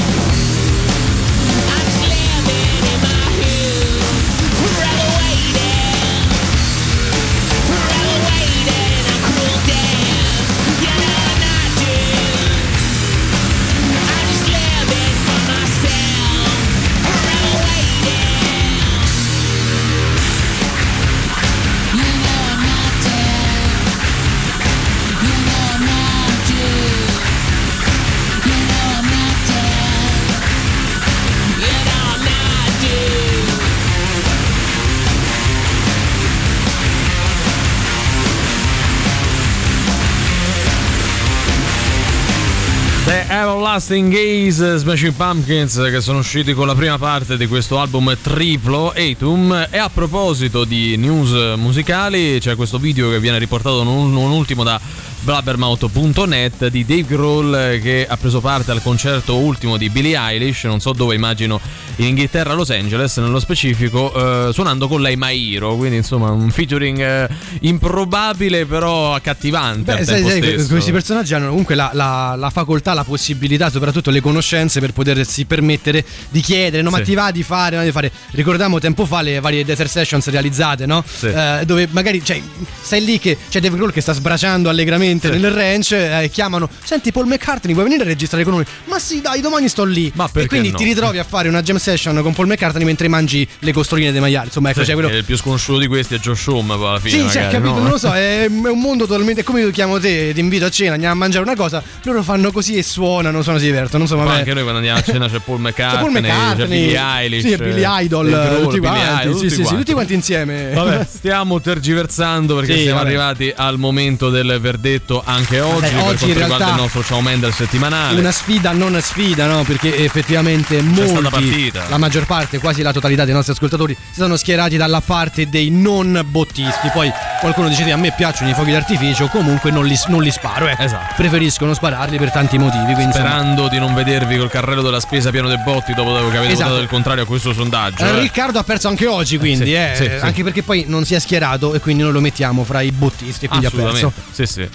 The Everlasting Gaze, Smashing Pumpkins, che sono usciti con la prima parte di questo album triplo Atum. E a proposito di news musicali, c'è questo video che viene riportato non ultimo da blabbermouth.net di Dave Grohl, che ha preso parte al concerto ultimo di Billie Eilish, non so dove, immagino in Inghilterra, a Los Angeles nello specifico, suonando con lei My Hero, quindi insomma un featuring improbabile però accattivante. Beh, al tempo stesso. Questi personaggi hanno comunque la facoltà, la possibilità, soprattutto le conoscenze per potersi permettere di chiedere, no, ma ti va di fare, no, di fare. Ricordiamo tempo fa le varie Desert Sessions realizzate, no? Sì. Dove magari sei lì che c'è Dave Grohl che sta sbracciando allegramente nel ranch, chiamano: senti, Paul McCartney, vuoi venire a registrare con noi? Ma sì, dai, domani sto lì. E quindi ti ritrovi a fare una jam session con Paul McCartney mentre mangi le costoline dei maiali. Insomma, ecco, quello... il più sconosciuto di questi è Josh Homme, alla fine. Sì, magari, capito, no? Non lo so, è un mondo totalmente come io chiamo te, ti invito a cena, andiamo a mangiare una cosa, loro fanno così e suonano, si divertono, insomma. Ma anche noi quando andiamo a cena c'è Paul McCartney, c'è Billie Eilish, sì, Billie Idol, tutti quanti insieme. Vabbè, stiamo tergiversando perché siamo arrivati al momento del verdetto anche oggi. Per quanto riguarda il nostro Ciao Mendel settimanale, una sfida non sfida, no? Perché effettivamente molti, la maggior parte, quasi la totalità dei nostri ascoltatori si sono schierati dalla parte dei non bottisti. Poi qualcuno dice: a me piacciono i fuochi d'artificio, comunque non li sparo. Esatto. Preferiscono spararli per tanti motivi. Quindi sperando di non vedervi col carrello della spesa pieno dei botti dopo che avete votato il contrario a questo sondaggio. Riccardo ha perso anche oggi, quindi anche perché poi non si è schierato e quindi noi lo mettiamo fra i bottisti, quindi ha perso. Sì.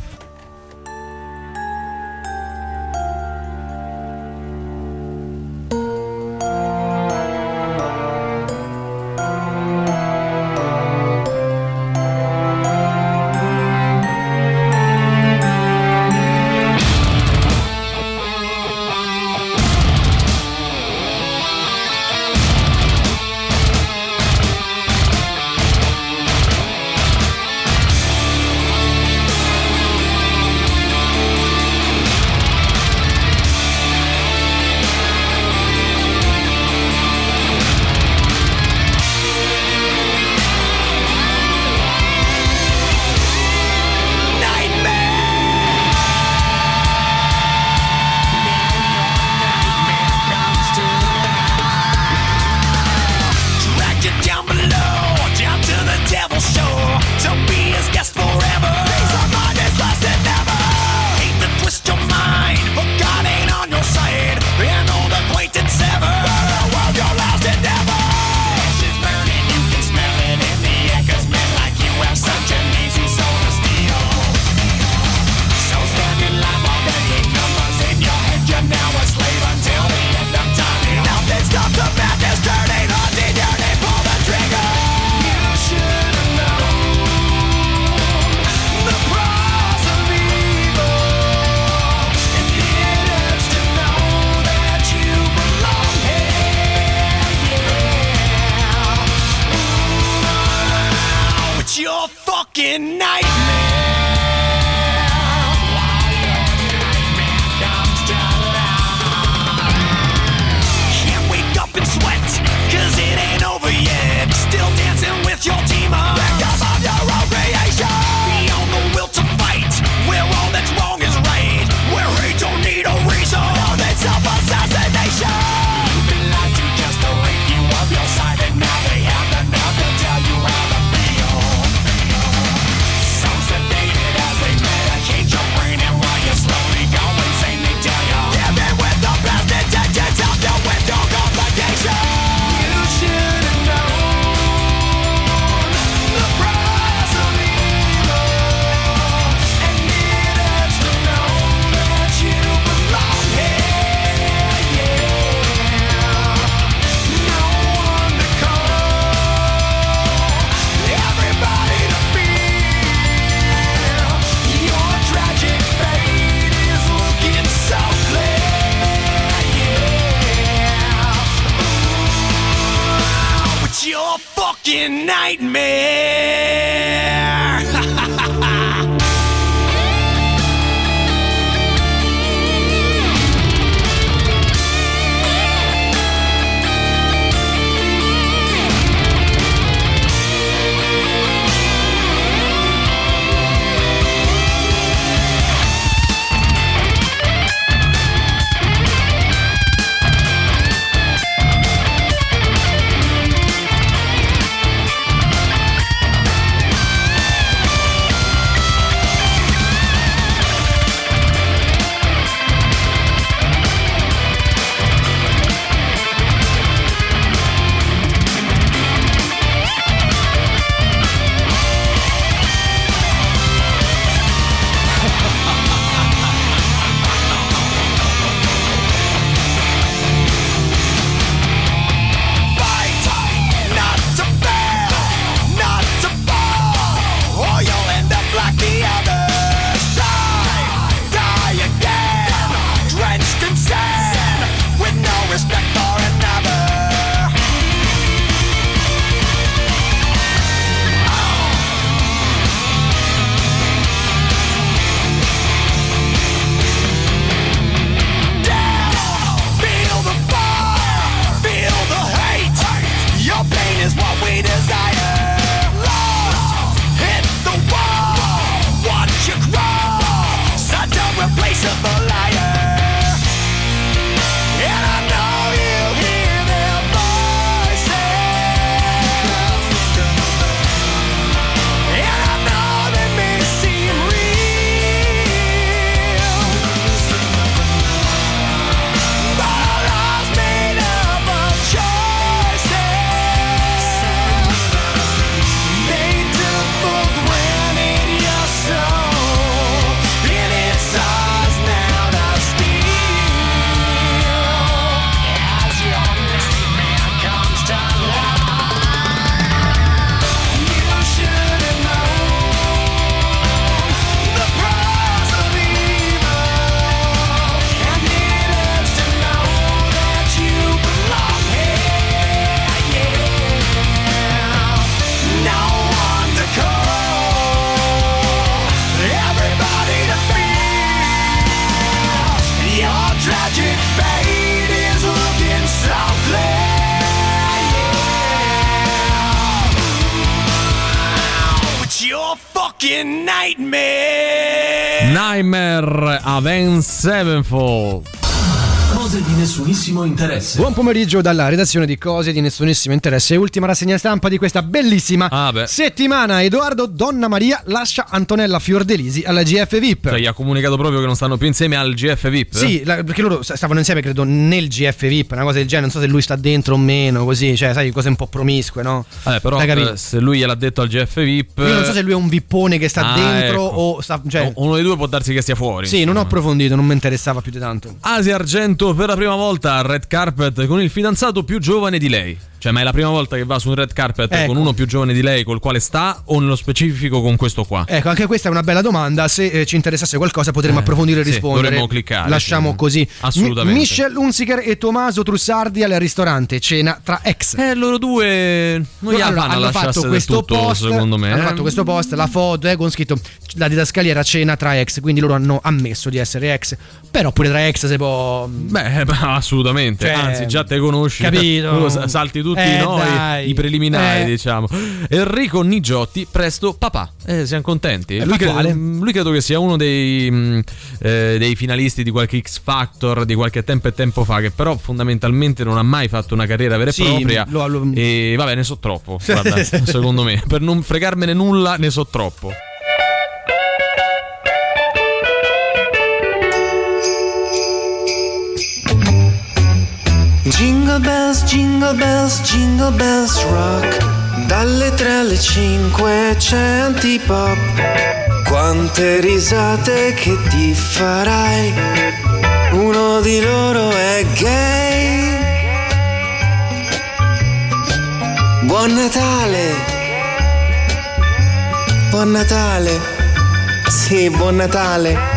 fucking nightmare. Nightmare Avenged Sevenfold. Cose di nessunissimo interesse. Buon pomeriggio dalla redazione di Cose di nessunissimo interesse. Ultima rassegna stampa di questa bellissima settimana. Edoardo Donna Maria lascia Antonella Fiordelisi alla GF VIP. Cioè gli ha comunicato proprio che non stanno più insieme al GF VIP? Sì, perché loro stavano insieme credo nel GF VIP, una cosa del genere, non so se lui sta dentro o meno, così, cioè sai, cose un po' promiscue, no? Però se lui gliel'ha detto al GF VIP... Io non so se lui è un vippone che sta dentro o sta... Cioè, uno dei due può darsi che stia fuori. Sì, non ho approfondito, non mi interessava più di tanto. Asia Argento per la prima volta al red carpet con il fidanzato più giovane di lei. Cioè, ma è la prima volta che va su un red carpet con uno più giovane di lei col quale sta, o nello specifico con questo qua? Ecco, anche questa è una bella domanda. Se ci interessasse qualcosa potremmo approfondire e rispondere. Dovremmo cliccare. Lasciamo così. Assolutamente. Michelle Hunziker e Tommaso Trussardi al ristorante, cena tra ex. Loro due non gli hanno fatto questo post, secondo me. Hanno fatto questo post, la foto con scritto la didascalia era cena tra ex, quindi loro hanno ammesso di essere ex. Però pure tra ex si può... Beh, assolutamente. Cioè, anzi, già te conosci. Capito. Salti tutti i preliminari, diciamo. Enrico Nigiotti, presto papà. Siamo contenti. Lui credo che sia uno dei finalisti di qualche X Factor di qualche tempo fa, che però fondamentalmente non ha mai fatto una carriera vera e propria. E vabbè, ne so troppo. Guarda, secondo me, per non fregarmene nulla, ne so troppo. Jingle bells, jingle bells, jingle bells rock. Dalle 3 alle 5 c'è Antipop. Quante risate che ti farai. Uno di loro è gay. Buon Natale. Buon Natale. Sì, buon Natale.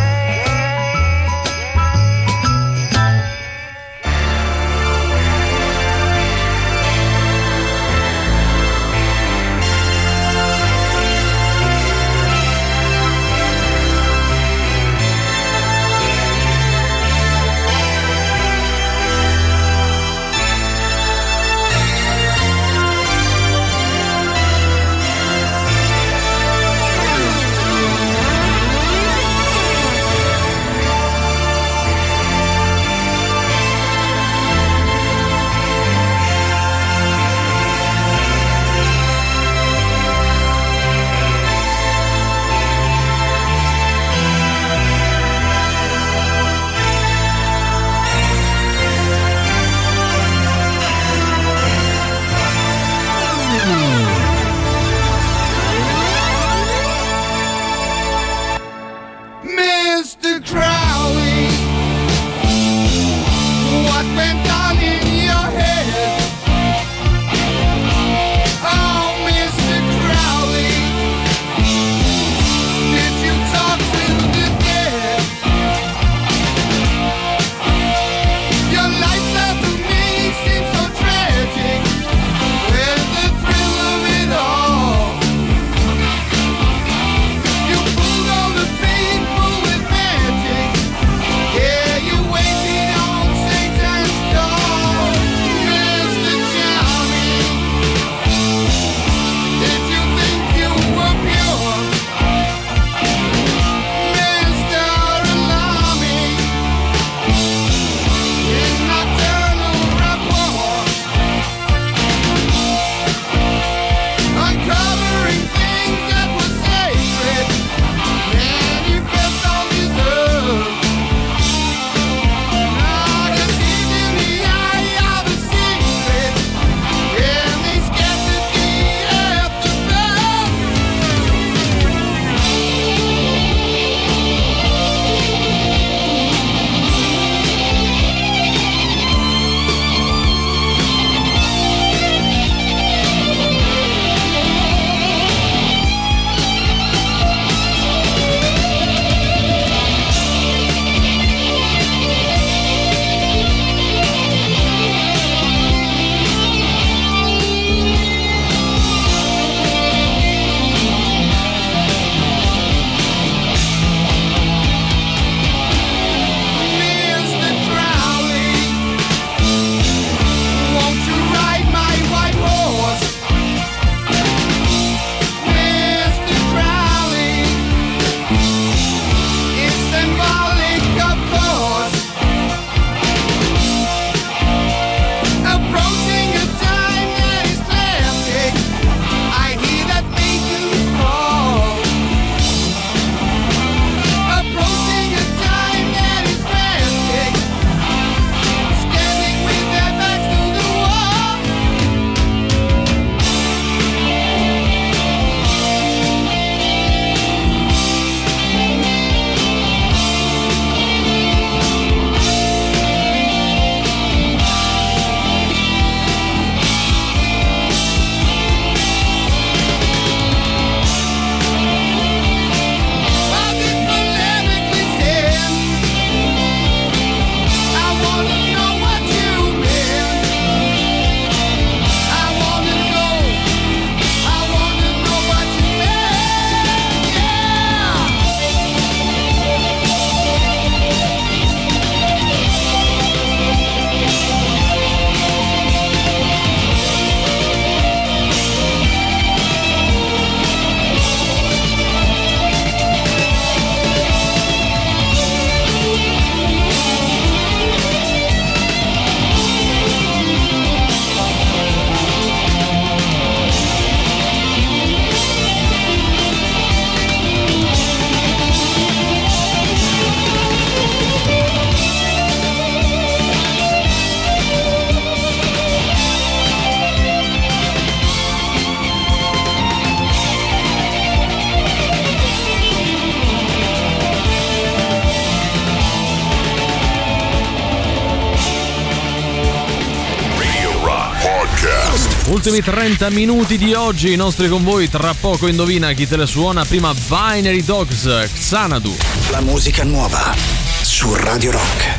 Ultimi 30 minuti di oggi, i nostri convoi, tra poco indovina chi te le suona. Prima Binary Dogs, Xanadu. La musica nuova su Radio Rock.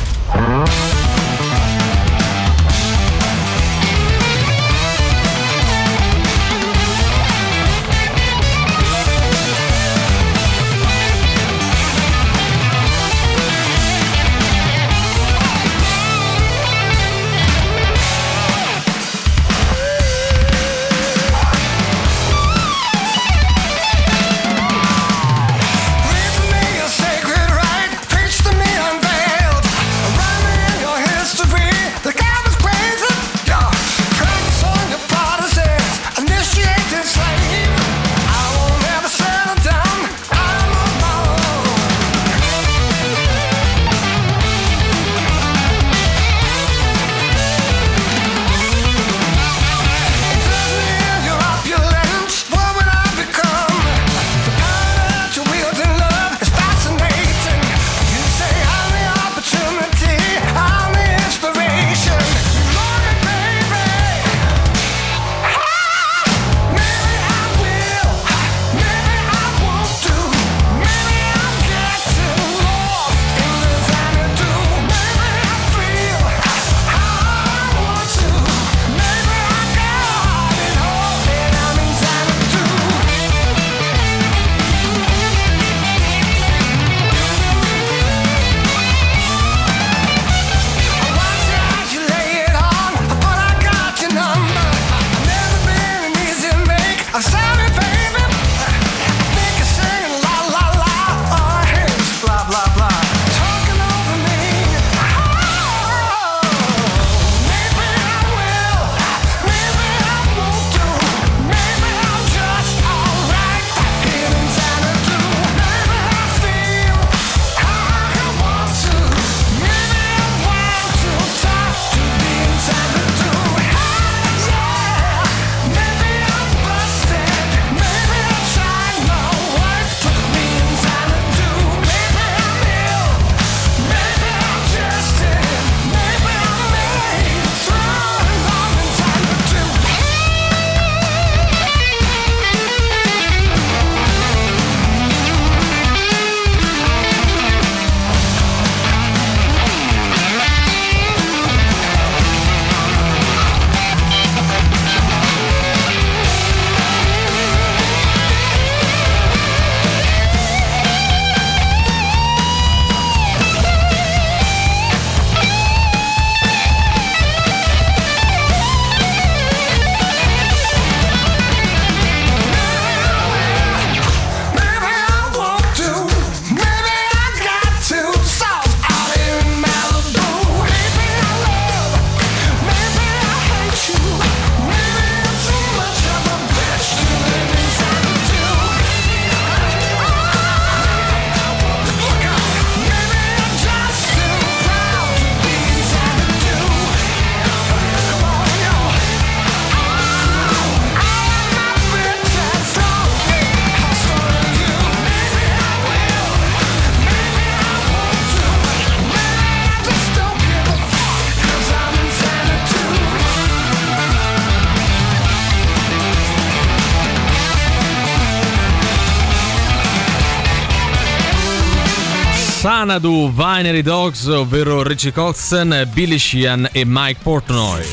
Xanadu, Binary Dogs, ovvero Richie Kotzen, Billy Sheehan e Mike Portnoy.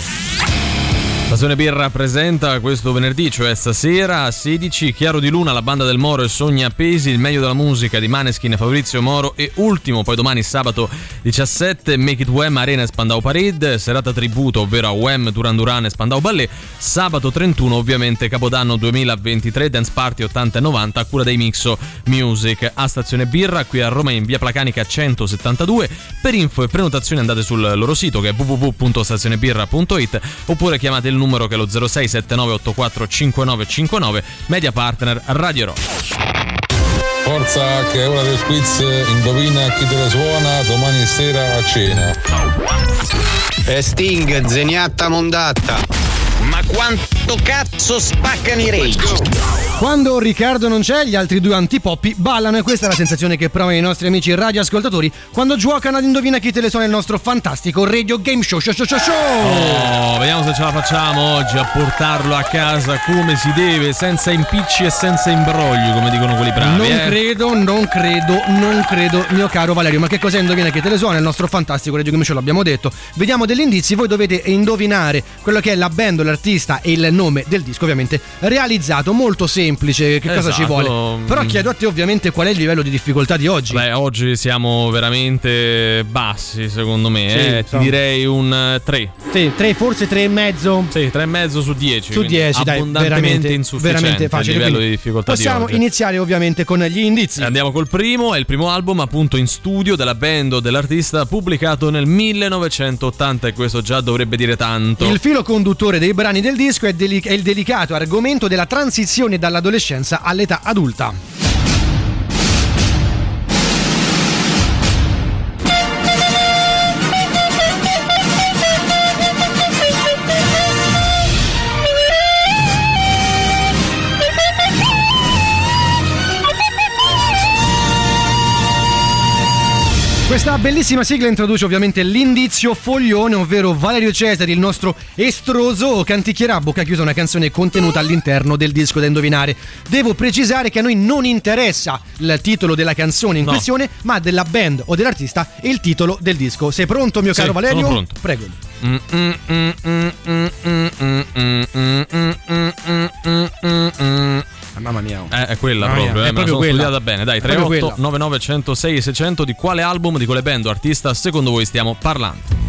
Stazione Birra presenta questo venerdì, cioè stasera a 16, Chiaro di Luna, la banda del Moro e Sogni Appesi, il meglio della musica di Maneskin e Fabrizio Moro, e ultimo, poi domani sabato 17, Make It Wham, Arena e Spandau Parade, serata tributo, ovvero a Wham, Duran Duran e Spandau Ballet, sabato 31 ovviamente Capodanno 2023, Dance Party 80 e 90 a cura dei Mixo Music a Stazione Birra, qui a Roma in via Placanica 172. Per info e prenotazioni andate sul loro sito che è www.stazionebirra.it oppure chiamate il numero che è lo 0679845959, media partner Radio Rock. Forza che è ora del quiz, indovina chi te la suona domani sera a cena. Sting, Zeniatta Mondatta. Ma quanto cazzo spaccano i Rage? Quando Riccardo non c'è, gli altri due antipoppi ballano e questa è la sensazione che provano i nostri amici radioascoltatori quando giocano ad Indovina chi te le suona il nostro fantastico radio game show. Oh, vediamo se ce la facciamo oggi a portarlo a casa come si deve, senza impicci e senza imbrogli, come dicono quelli bravi. Non credo, mio caro Valerio. Ma che cos'è Indovina chi te le suona il nostro fantastico radio game show? L'abbiamo detto. Vediamo degli indizi, voi dovete indovinare quello che è la band, l'artista e il nome del disco, ovviamente realizzato, molto semplice. Che cosa ci vuole? Però chiedo a te ovviamente qual è il livello di difficoltà di oggi. Beh, oggi siamo veramente bassi secondo me. Ti direi un 3. Sì, 3, forse 3,5. Sì, 3,5 su 10. Su 10, dai, abbondantemente insufficiente. Veramente facile. Il livello di difficoltà possiamo di oggi. iniziare ovviamente con gli indizi. Andiamo col primo, è il primo album appunto in studio della band o dell'artista, pubblicato nel 1980 e questo già dovrebbe dire tanto. Il filo conduttore dei brani del disco è il delicato argomento della transizione dall'adolescenza all'età adulta. Questa bellissima sigla introduce ovviamente l'indizio foglione, ovvero Valerio Cesari, il nostro estroso, canticchierà a bocca chiusa una canzone contenuta all'interno del disco da indovinare. Devo precisare che a noi non interessa il titolo della canzone in questione, ma della band o dell'artista e il titolo del disco. Sei pronto, mio caro Valerio? Sono pronto. Prego. Mamma mia. È quella proprio, è me la sono quella. studiata bene. Dai, 38 99 106 600, di quale album, di quale band o artista secondo voi stiamo parlando?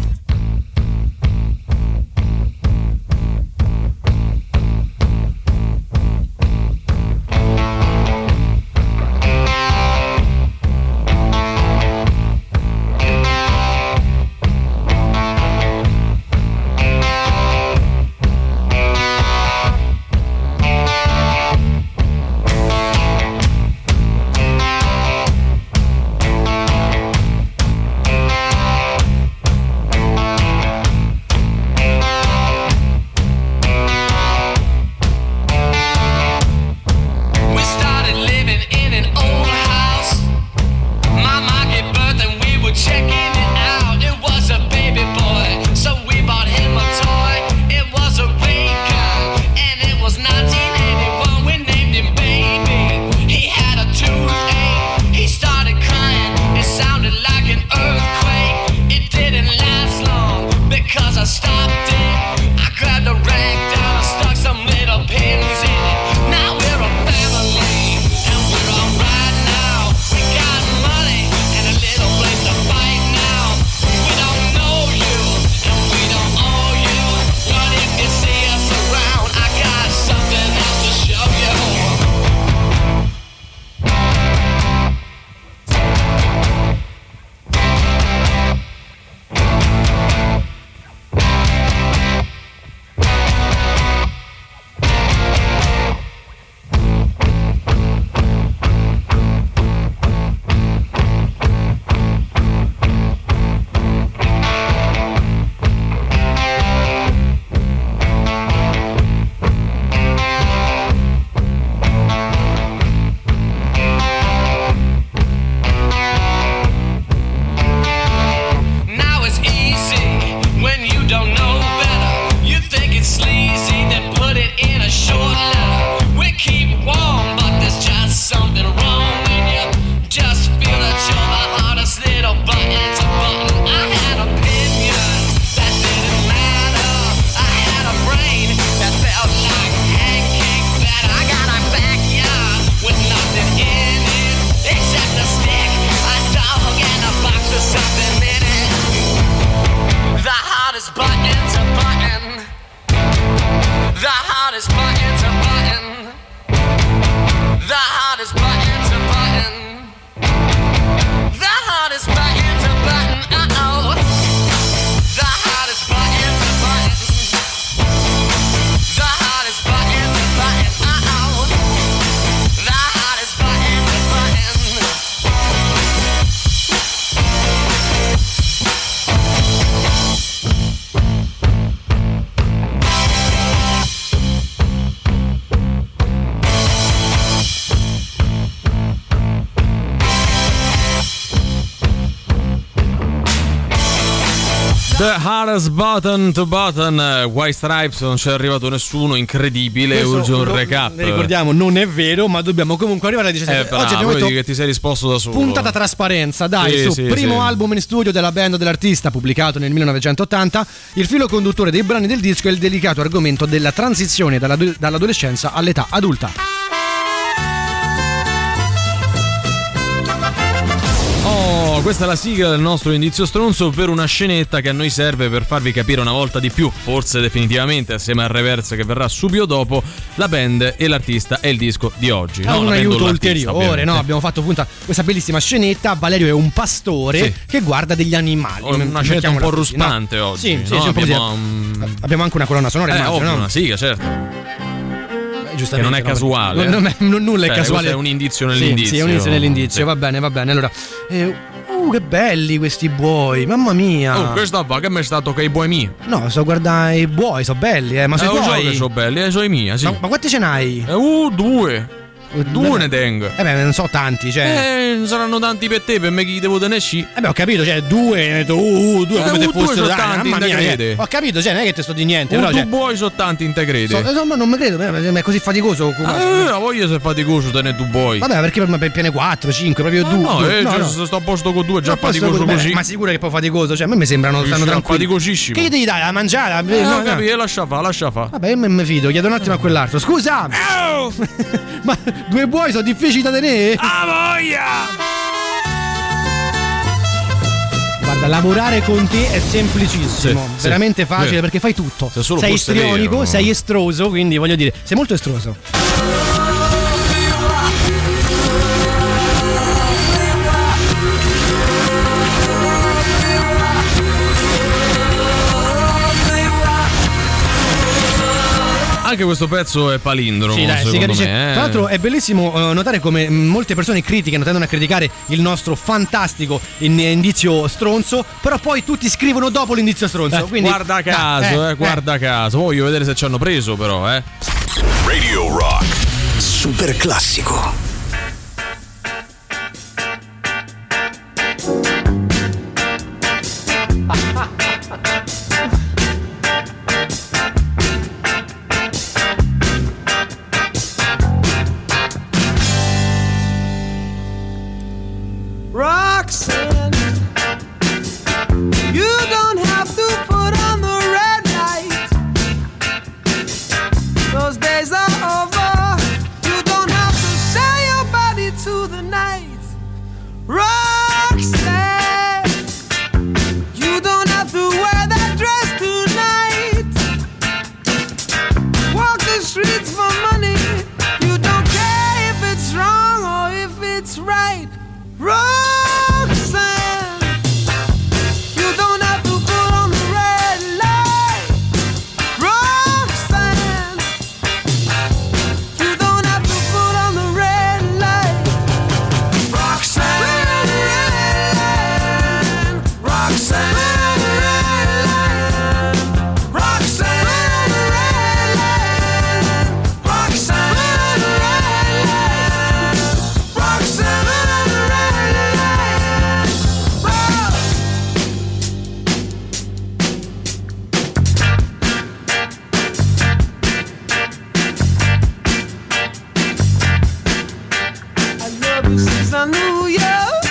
The hardest button to button, White Stripes, non c'è arrivato nessuno, incredibile. Urge un recap. Ricordiamo, non è vero, ma dobbiamo comunque arrivare alle 17. Oggi abbiamo detto che ti sei risposto da solo. Puntata trasparenza, dai, primo album in studio della band dell'artista, pubblicato nel 1980. Il filo conduttore dei brani del disco è il delicato argomento della transizione dall'adolescenza all'età adulta. Questa è la sigla del nostro indizio stronzo per una scenetta che a noi serve per farvi capire una volta di più, forse definitivamente, assieme al reverse che verrà subito dopo, la band e l'artista e il disco di oggi. Un aiuto ulteriore, no? Abbiamo fatto appunto questa bellissima scenetta. Valerio è un pastore che guarda degli animali. Una scenetta un po' ruspante oggi. Sì, abbiamo anche una colonna sonora, immagino, no? Una sigla, certo. Che non è casuale. Nulla è casuale. È un indizio nell'indizio. Sì, è un indizio nell'indizio. Sì. Va bene. Allora, che belli questi buoi, mamma mia. Questa va, che mi è stato che i buoi miei? No, sto guardando i buoi, sono belli, ma sono buoi. Che sono belli, sono i miei, sì. Ma quanti ce n'hai? 2. 2 ne tengo. Non so tanti, cioè. Saranno tanti per te, per me chi devo tenere sci. Ho capito, cioè 2, 2 come te fossero tanti, mamma mia, ho capito, cioè non è che te sto di niente, però tu buoi sono tanti, in te crede. No, non mi credo, è così faticoso. La voglio se è faticoso tenere tu buoi. Vabbè, perché per piene 4, 5, proprio 2. No, sto a posto con 2, già faticoso così. Ma sicuro che poi faticoso, cioè a me mi sembrano stanno tranquilli. Faticosissimo. Che gli devi dare a mangiare? No, capito, lascia fa. Vabbè, io mi fido, chiedo un attimo a quell'altro. Scusa! Ma 2 buoi sono difficili da tenere? Voglia! Guarda, lavorare con te è semplicissimo, veramente facile, perché fai tutto. Sei istrionico, sei estroso, quindi voglio dire, sei molto estroso. Anche questo pezzo è palindromo, sì, dai, secondo me. Tra l'altro è bellissimo notare come molte persone criticano, tendono a criticare il nostro fantastico indizio stronzo, però poi tutti scrivono dopo l'indizio stronzo. Quindi, guarda caso, guarda caso. Voglio vedere se ci hanno preso, però, Radio Rock. Super classico. Roxanne, you don't have to put on the red light. Those days are over. You don't have to sell your body to the night. Roxanne, you don't have to wear that dress tonight. Walk the streets for money. You don't care if it's wrong or if it's right. Roxanne, you don't have to put on the red light. Roxanne, you don't have to put on the red light. Roxanne, Roxanne, Roxanne, Roxanne, since I knew you,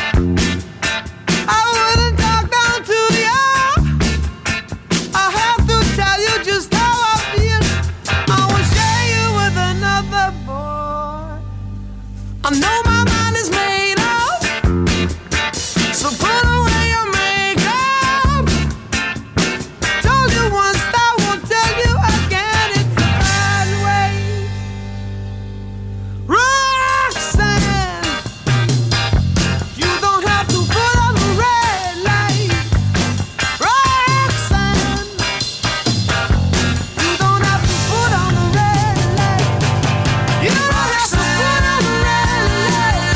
I wouldn't talk down to you. I have to tell you just how I feel. I will share you with another boy. I know my mind is made up, so put away your makeup. Told you once, I won't tell you again. It's the bad way. Roxanne, you don't have to put on the red light. Roxanne, you don't have to put on the red light. You don't have to put on the red light.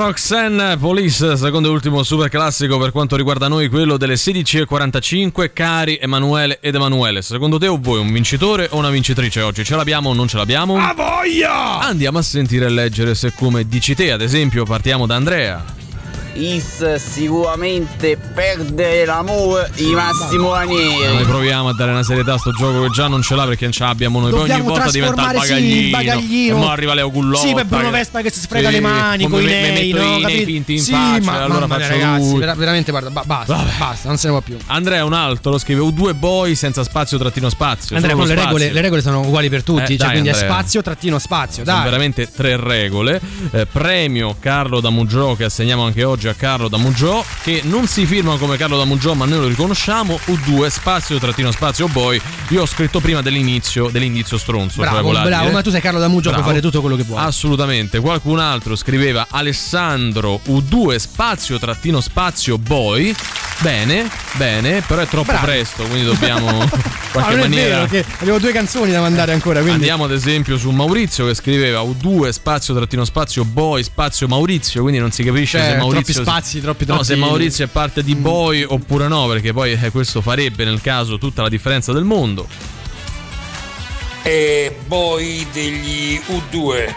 Roxanne Police, secondo e ultimo super classico per quanto riguarda noi, quello delle 16:45. Cari Emanuele ed Emanuele, secondo te o voi un vincitore o una vincitrice oggi? Ce l'abbiamo o non ce l'abbiamo? A voglia! Andiamo a sentire e leggere se come dici te, ad esempio partiamo da Andrea. Sicuramente perdere l'amore in Massimo Ranieri. Noi proviamo a dare una serietà a sto gioco che già non ce l'ha, perché non ce l'abbiamo noi. Poi ogni volta diventa il bagaglino. E mo arriva Leo Gullotta. Sì, per Bruno Vespa che si sfrega le mani con i nei, no? Nei finti in sì, faccia, allora faccio ragazzi, lui. veramente guarda, basta, non se ne può più. Andrea un altro lo scrive U2 boy senza spazio trattino spazio. Andrea, con le regole sono uguali per tutti, dai, quindi Andrea. è spazio trattino spazio, dai. Sono veramente 3 regole. Premio Carlo da Muggiò, che assegniamo anche oggi a Carlo da Muggiò, che non si firma come Carlo da Muggiò, ma noi lo riconosciamo. U2 spazio trattino spazio boy. Io ho scritto prima dell'indizio stronzo. Bravo, ma tu sei Carlo da Muggiò, puoi fare tutto quello che vuoi. Assolutamente. Qualcun altro scriveva Alessandro U2 spazio trattino spazio boy. Bene, però è troppo presto, quindi dobbiamo qualche non maniera. È vero, che abbiamo 2 canzoni da mandare ancora, quindi. Andiamo ad esempio su Maurizio, che scriveva U2 spazio trattino spazio boy spazio Maurizio, quindi non si capisce se Maurizio troppi no, se Maurizio è parte di boy oppure no, perché poi questo farebbe nel caso tutta la differenza del mondo. E boy degli U2.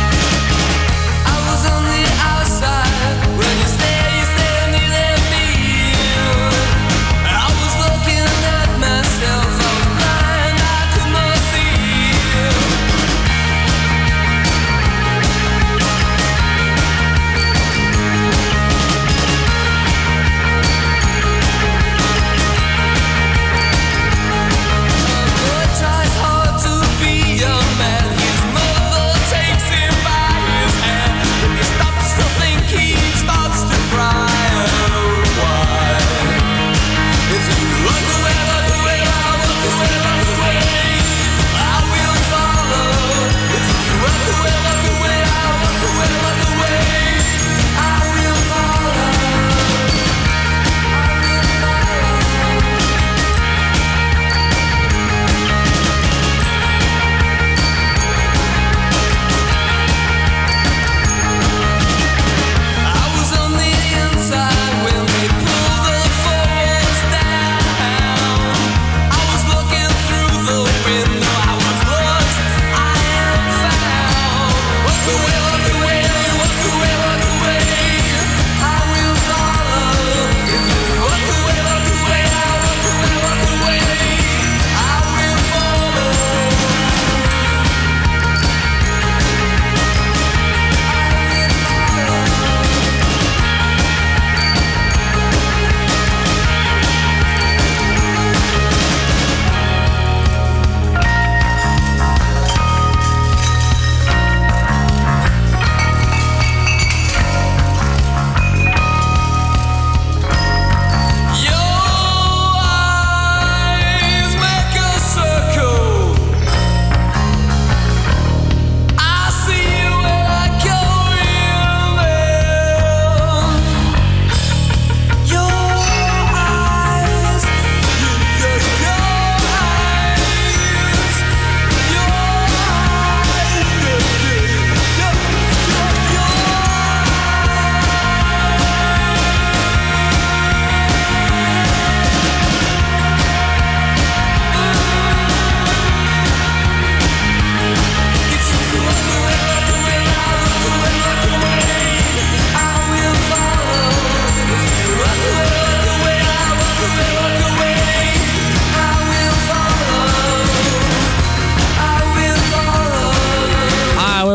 I was on the outside when you say you needed me.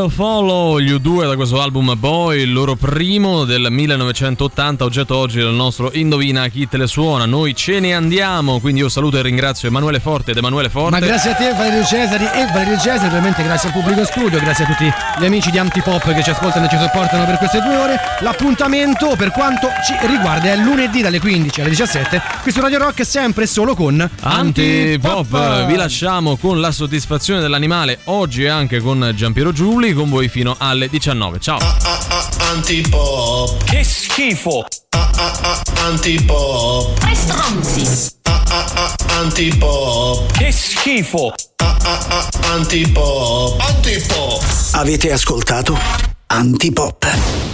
Will Follow, gli U2 da questo album Boy, il loro primo del 1980, oggetto oggi del nostro Indovina chi te le suona. Noi ce ne andiamo, quindi io saluto e ringrazio Emanuele Forte ed Emanuele Forte. Ma grazie a te Valerio Cesari e Valerio Cesari, ovviamente grazie al pubblico in studio, grazie a tutti gli amici di Antipop che ci ascoltano e ci sopportano per queste 2 ore. L'appuntamento per quanto ci riguarda è lunedì dalle 15 alle 17, qui su Radio Rock, sempre solo con Antipop. Vi lasciamo con la soddisfazione dell'animale, oggi anche con Giampiero Giuli, con voi fino alle 19. Ciao. Antipop. Che schifo. Antipop. Tre stronzi. Antipop. Che schifo. Antipop. Antipop. Avete ascoltato Antipop.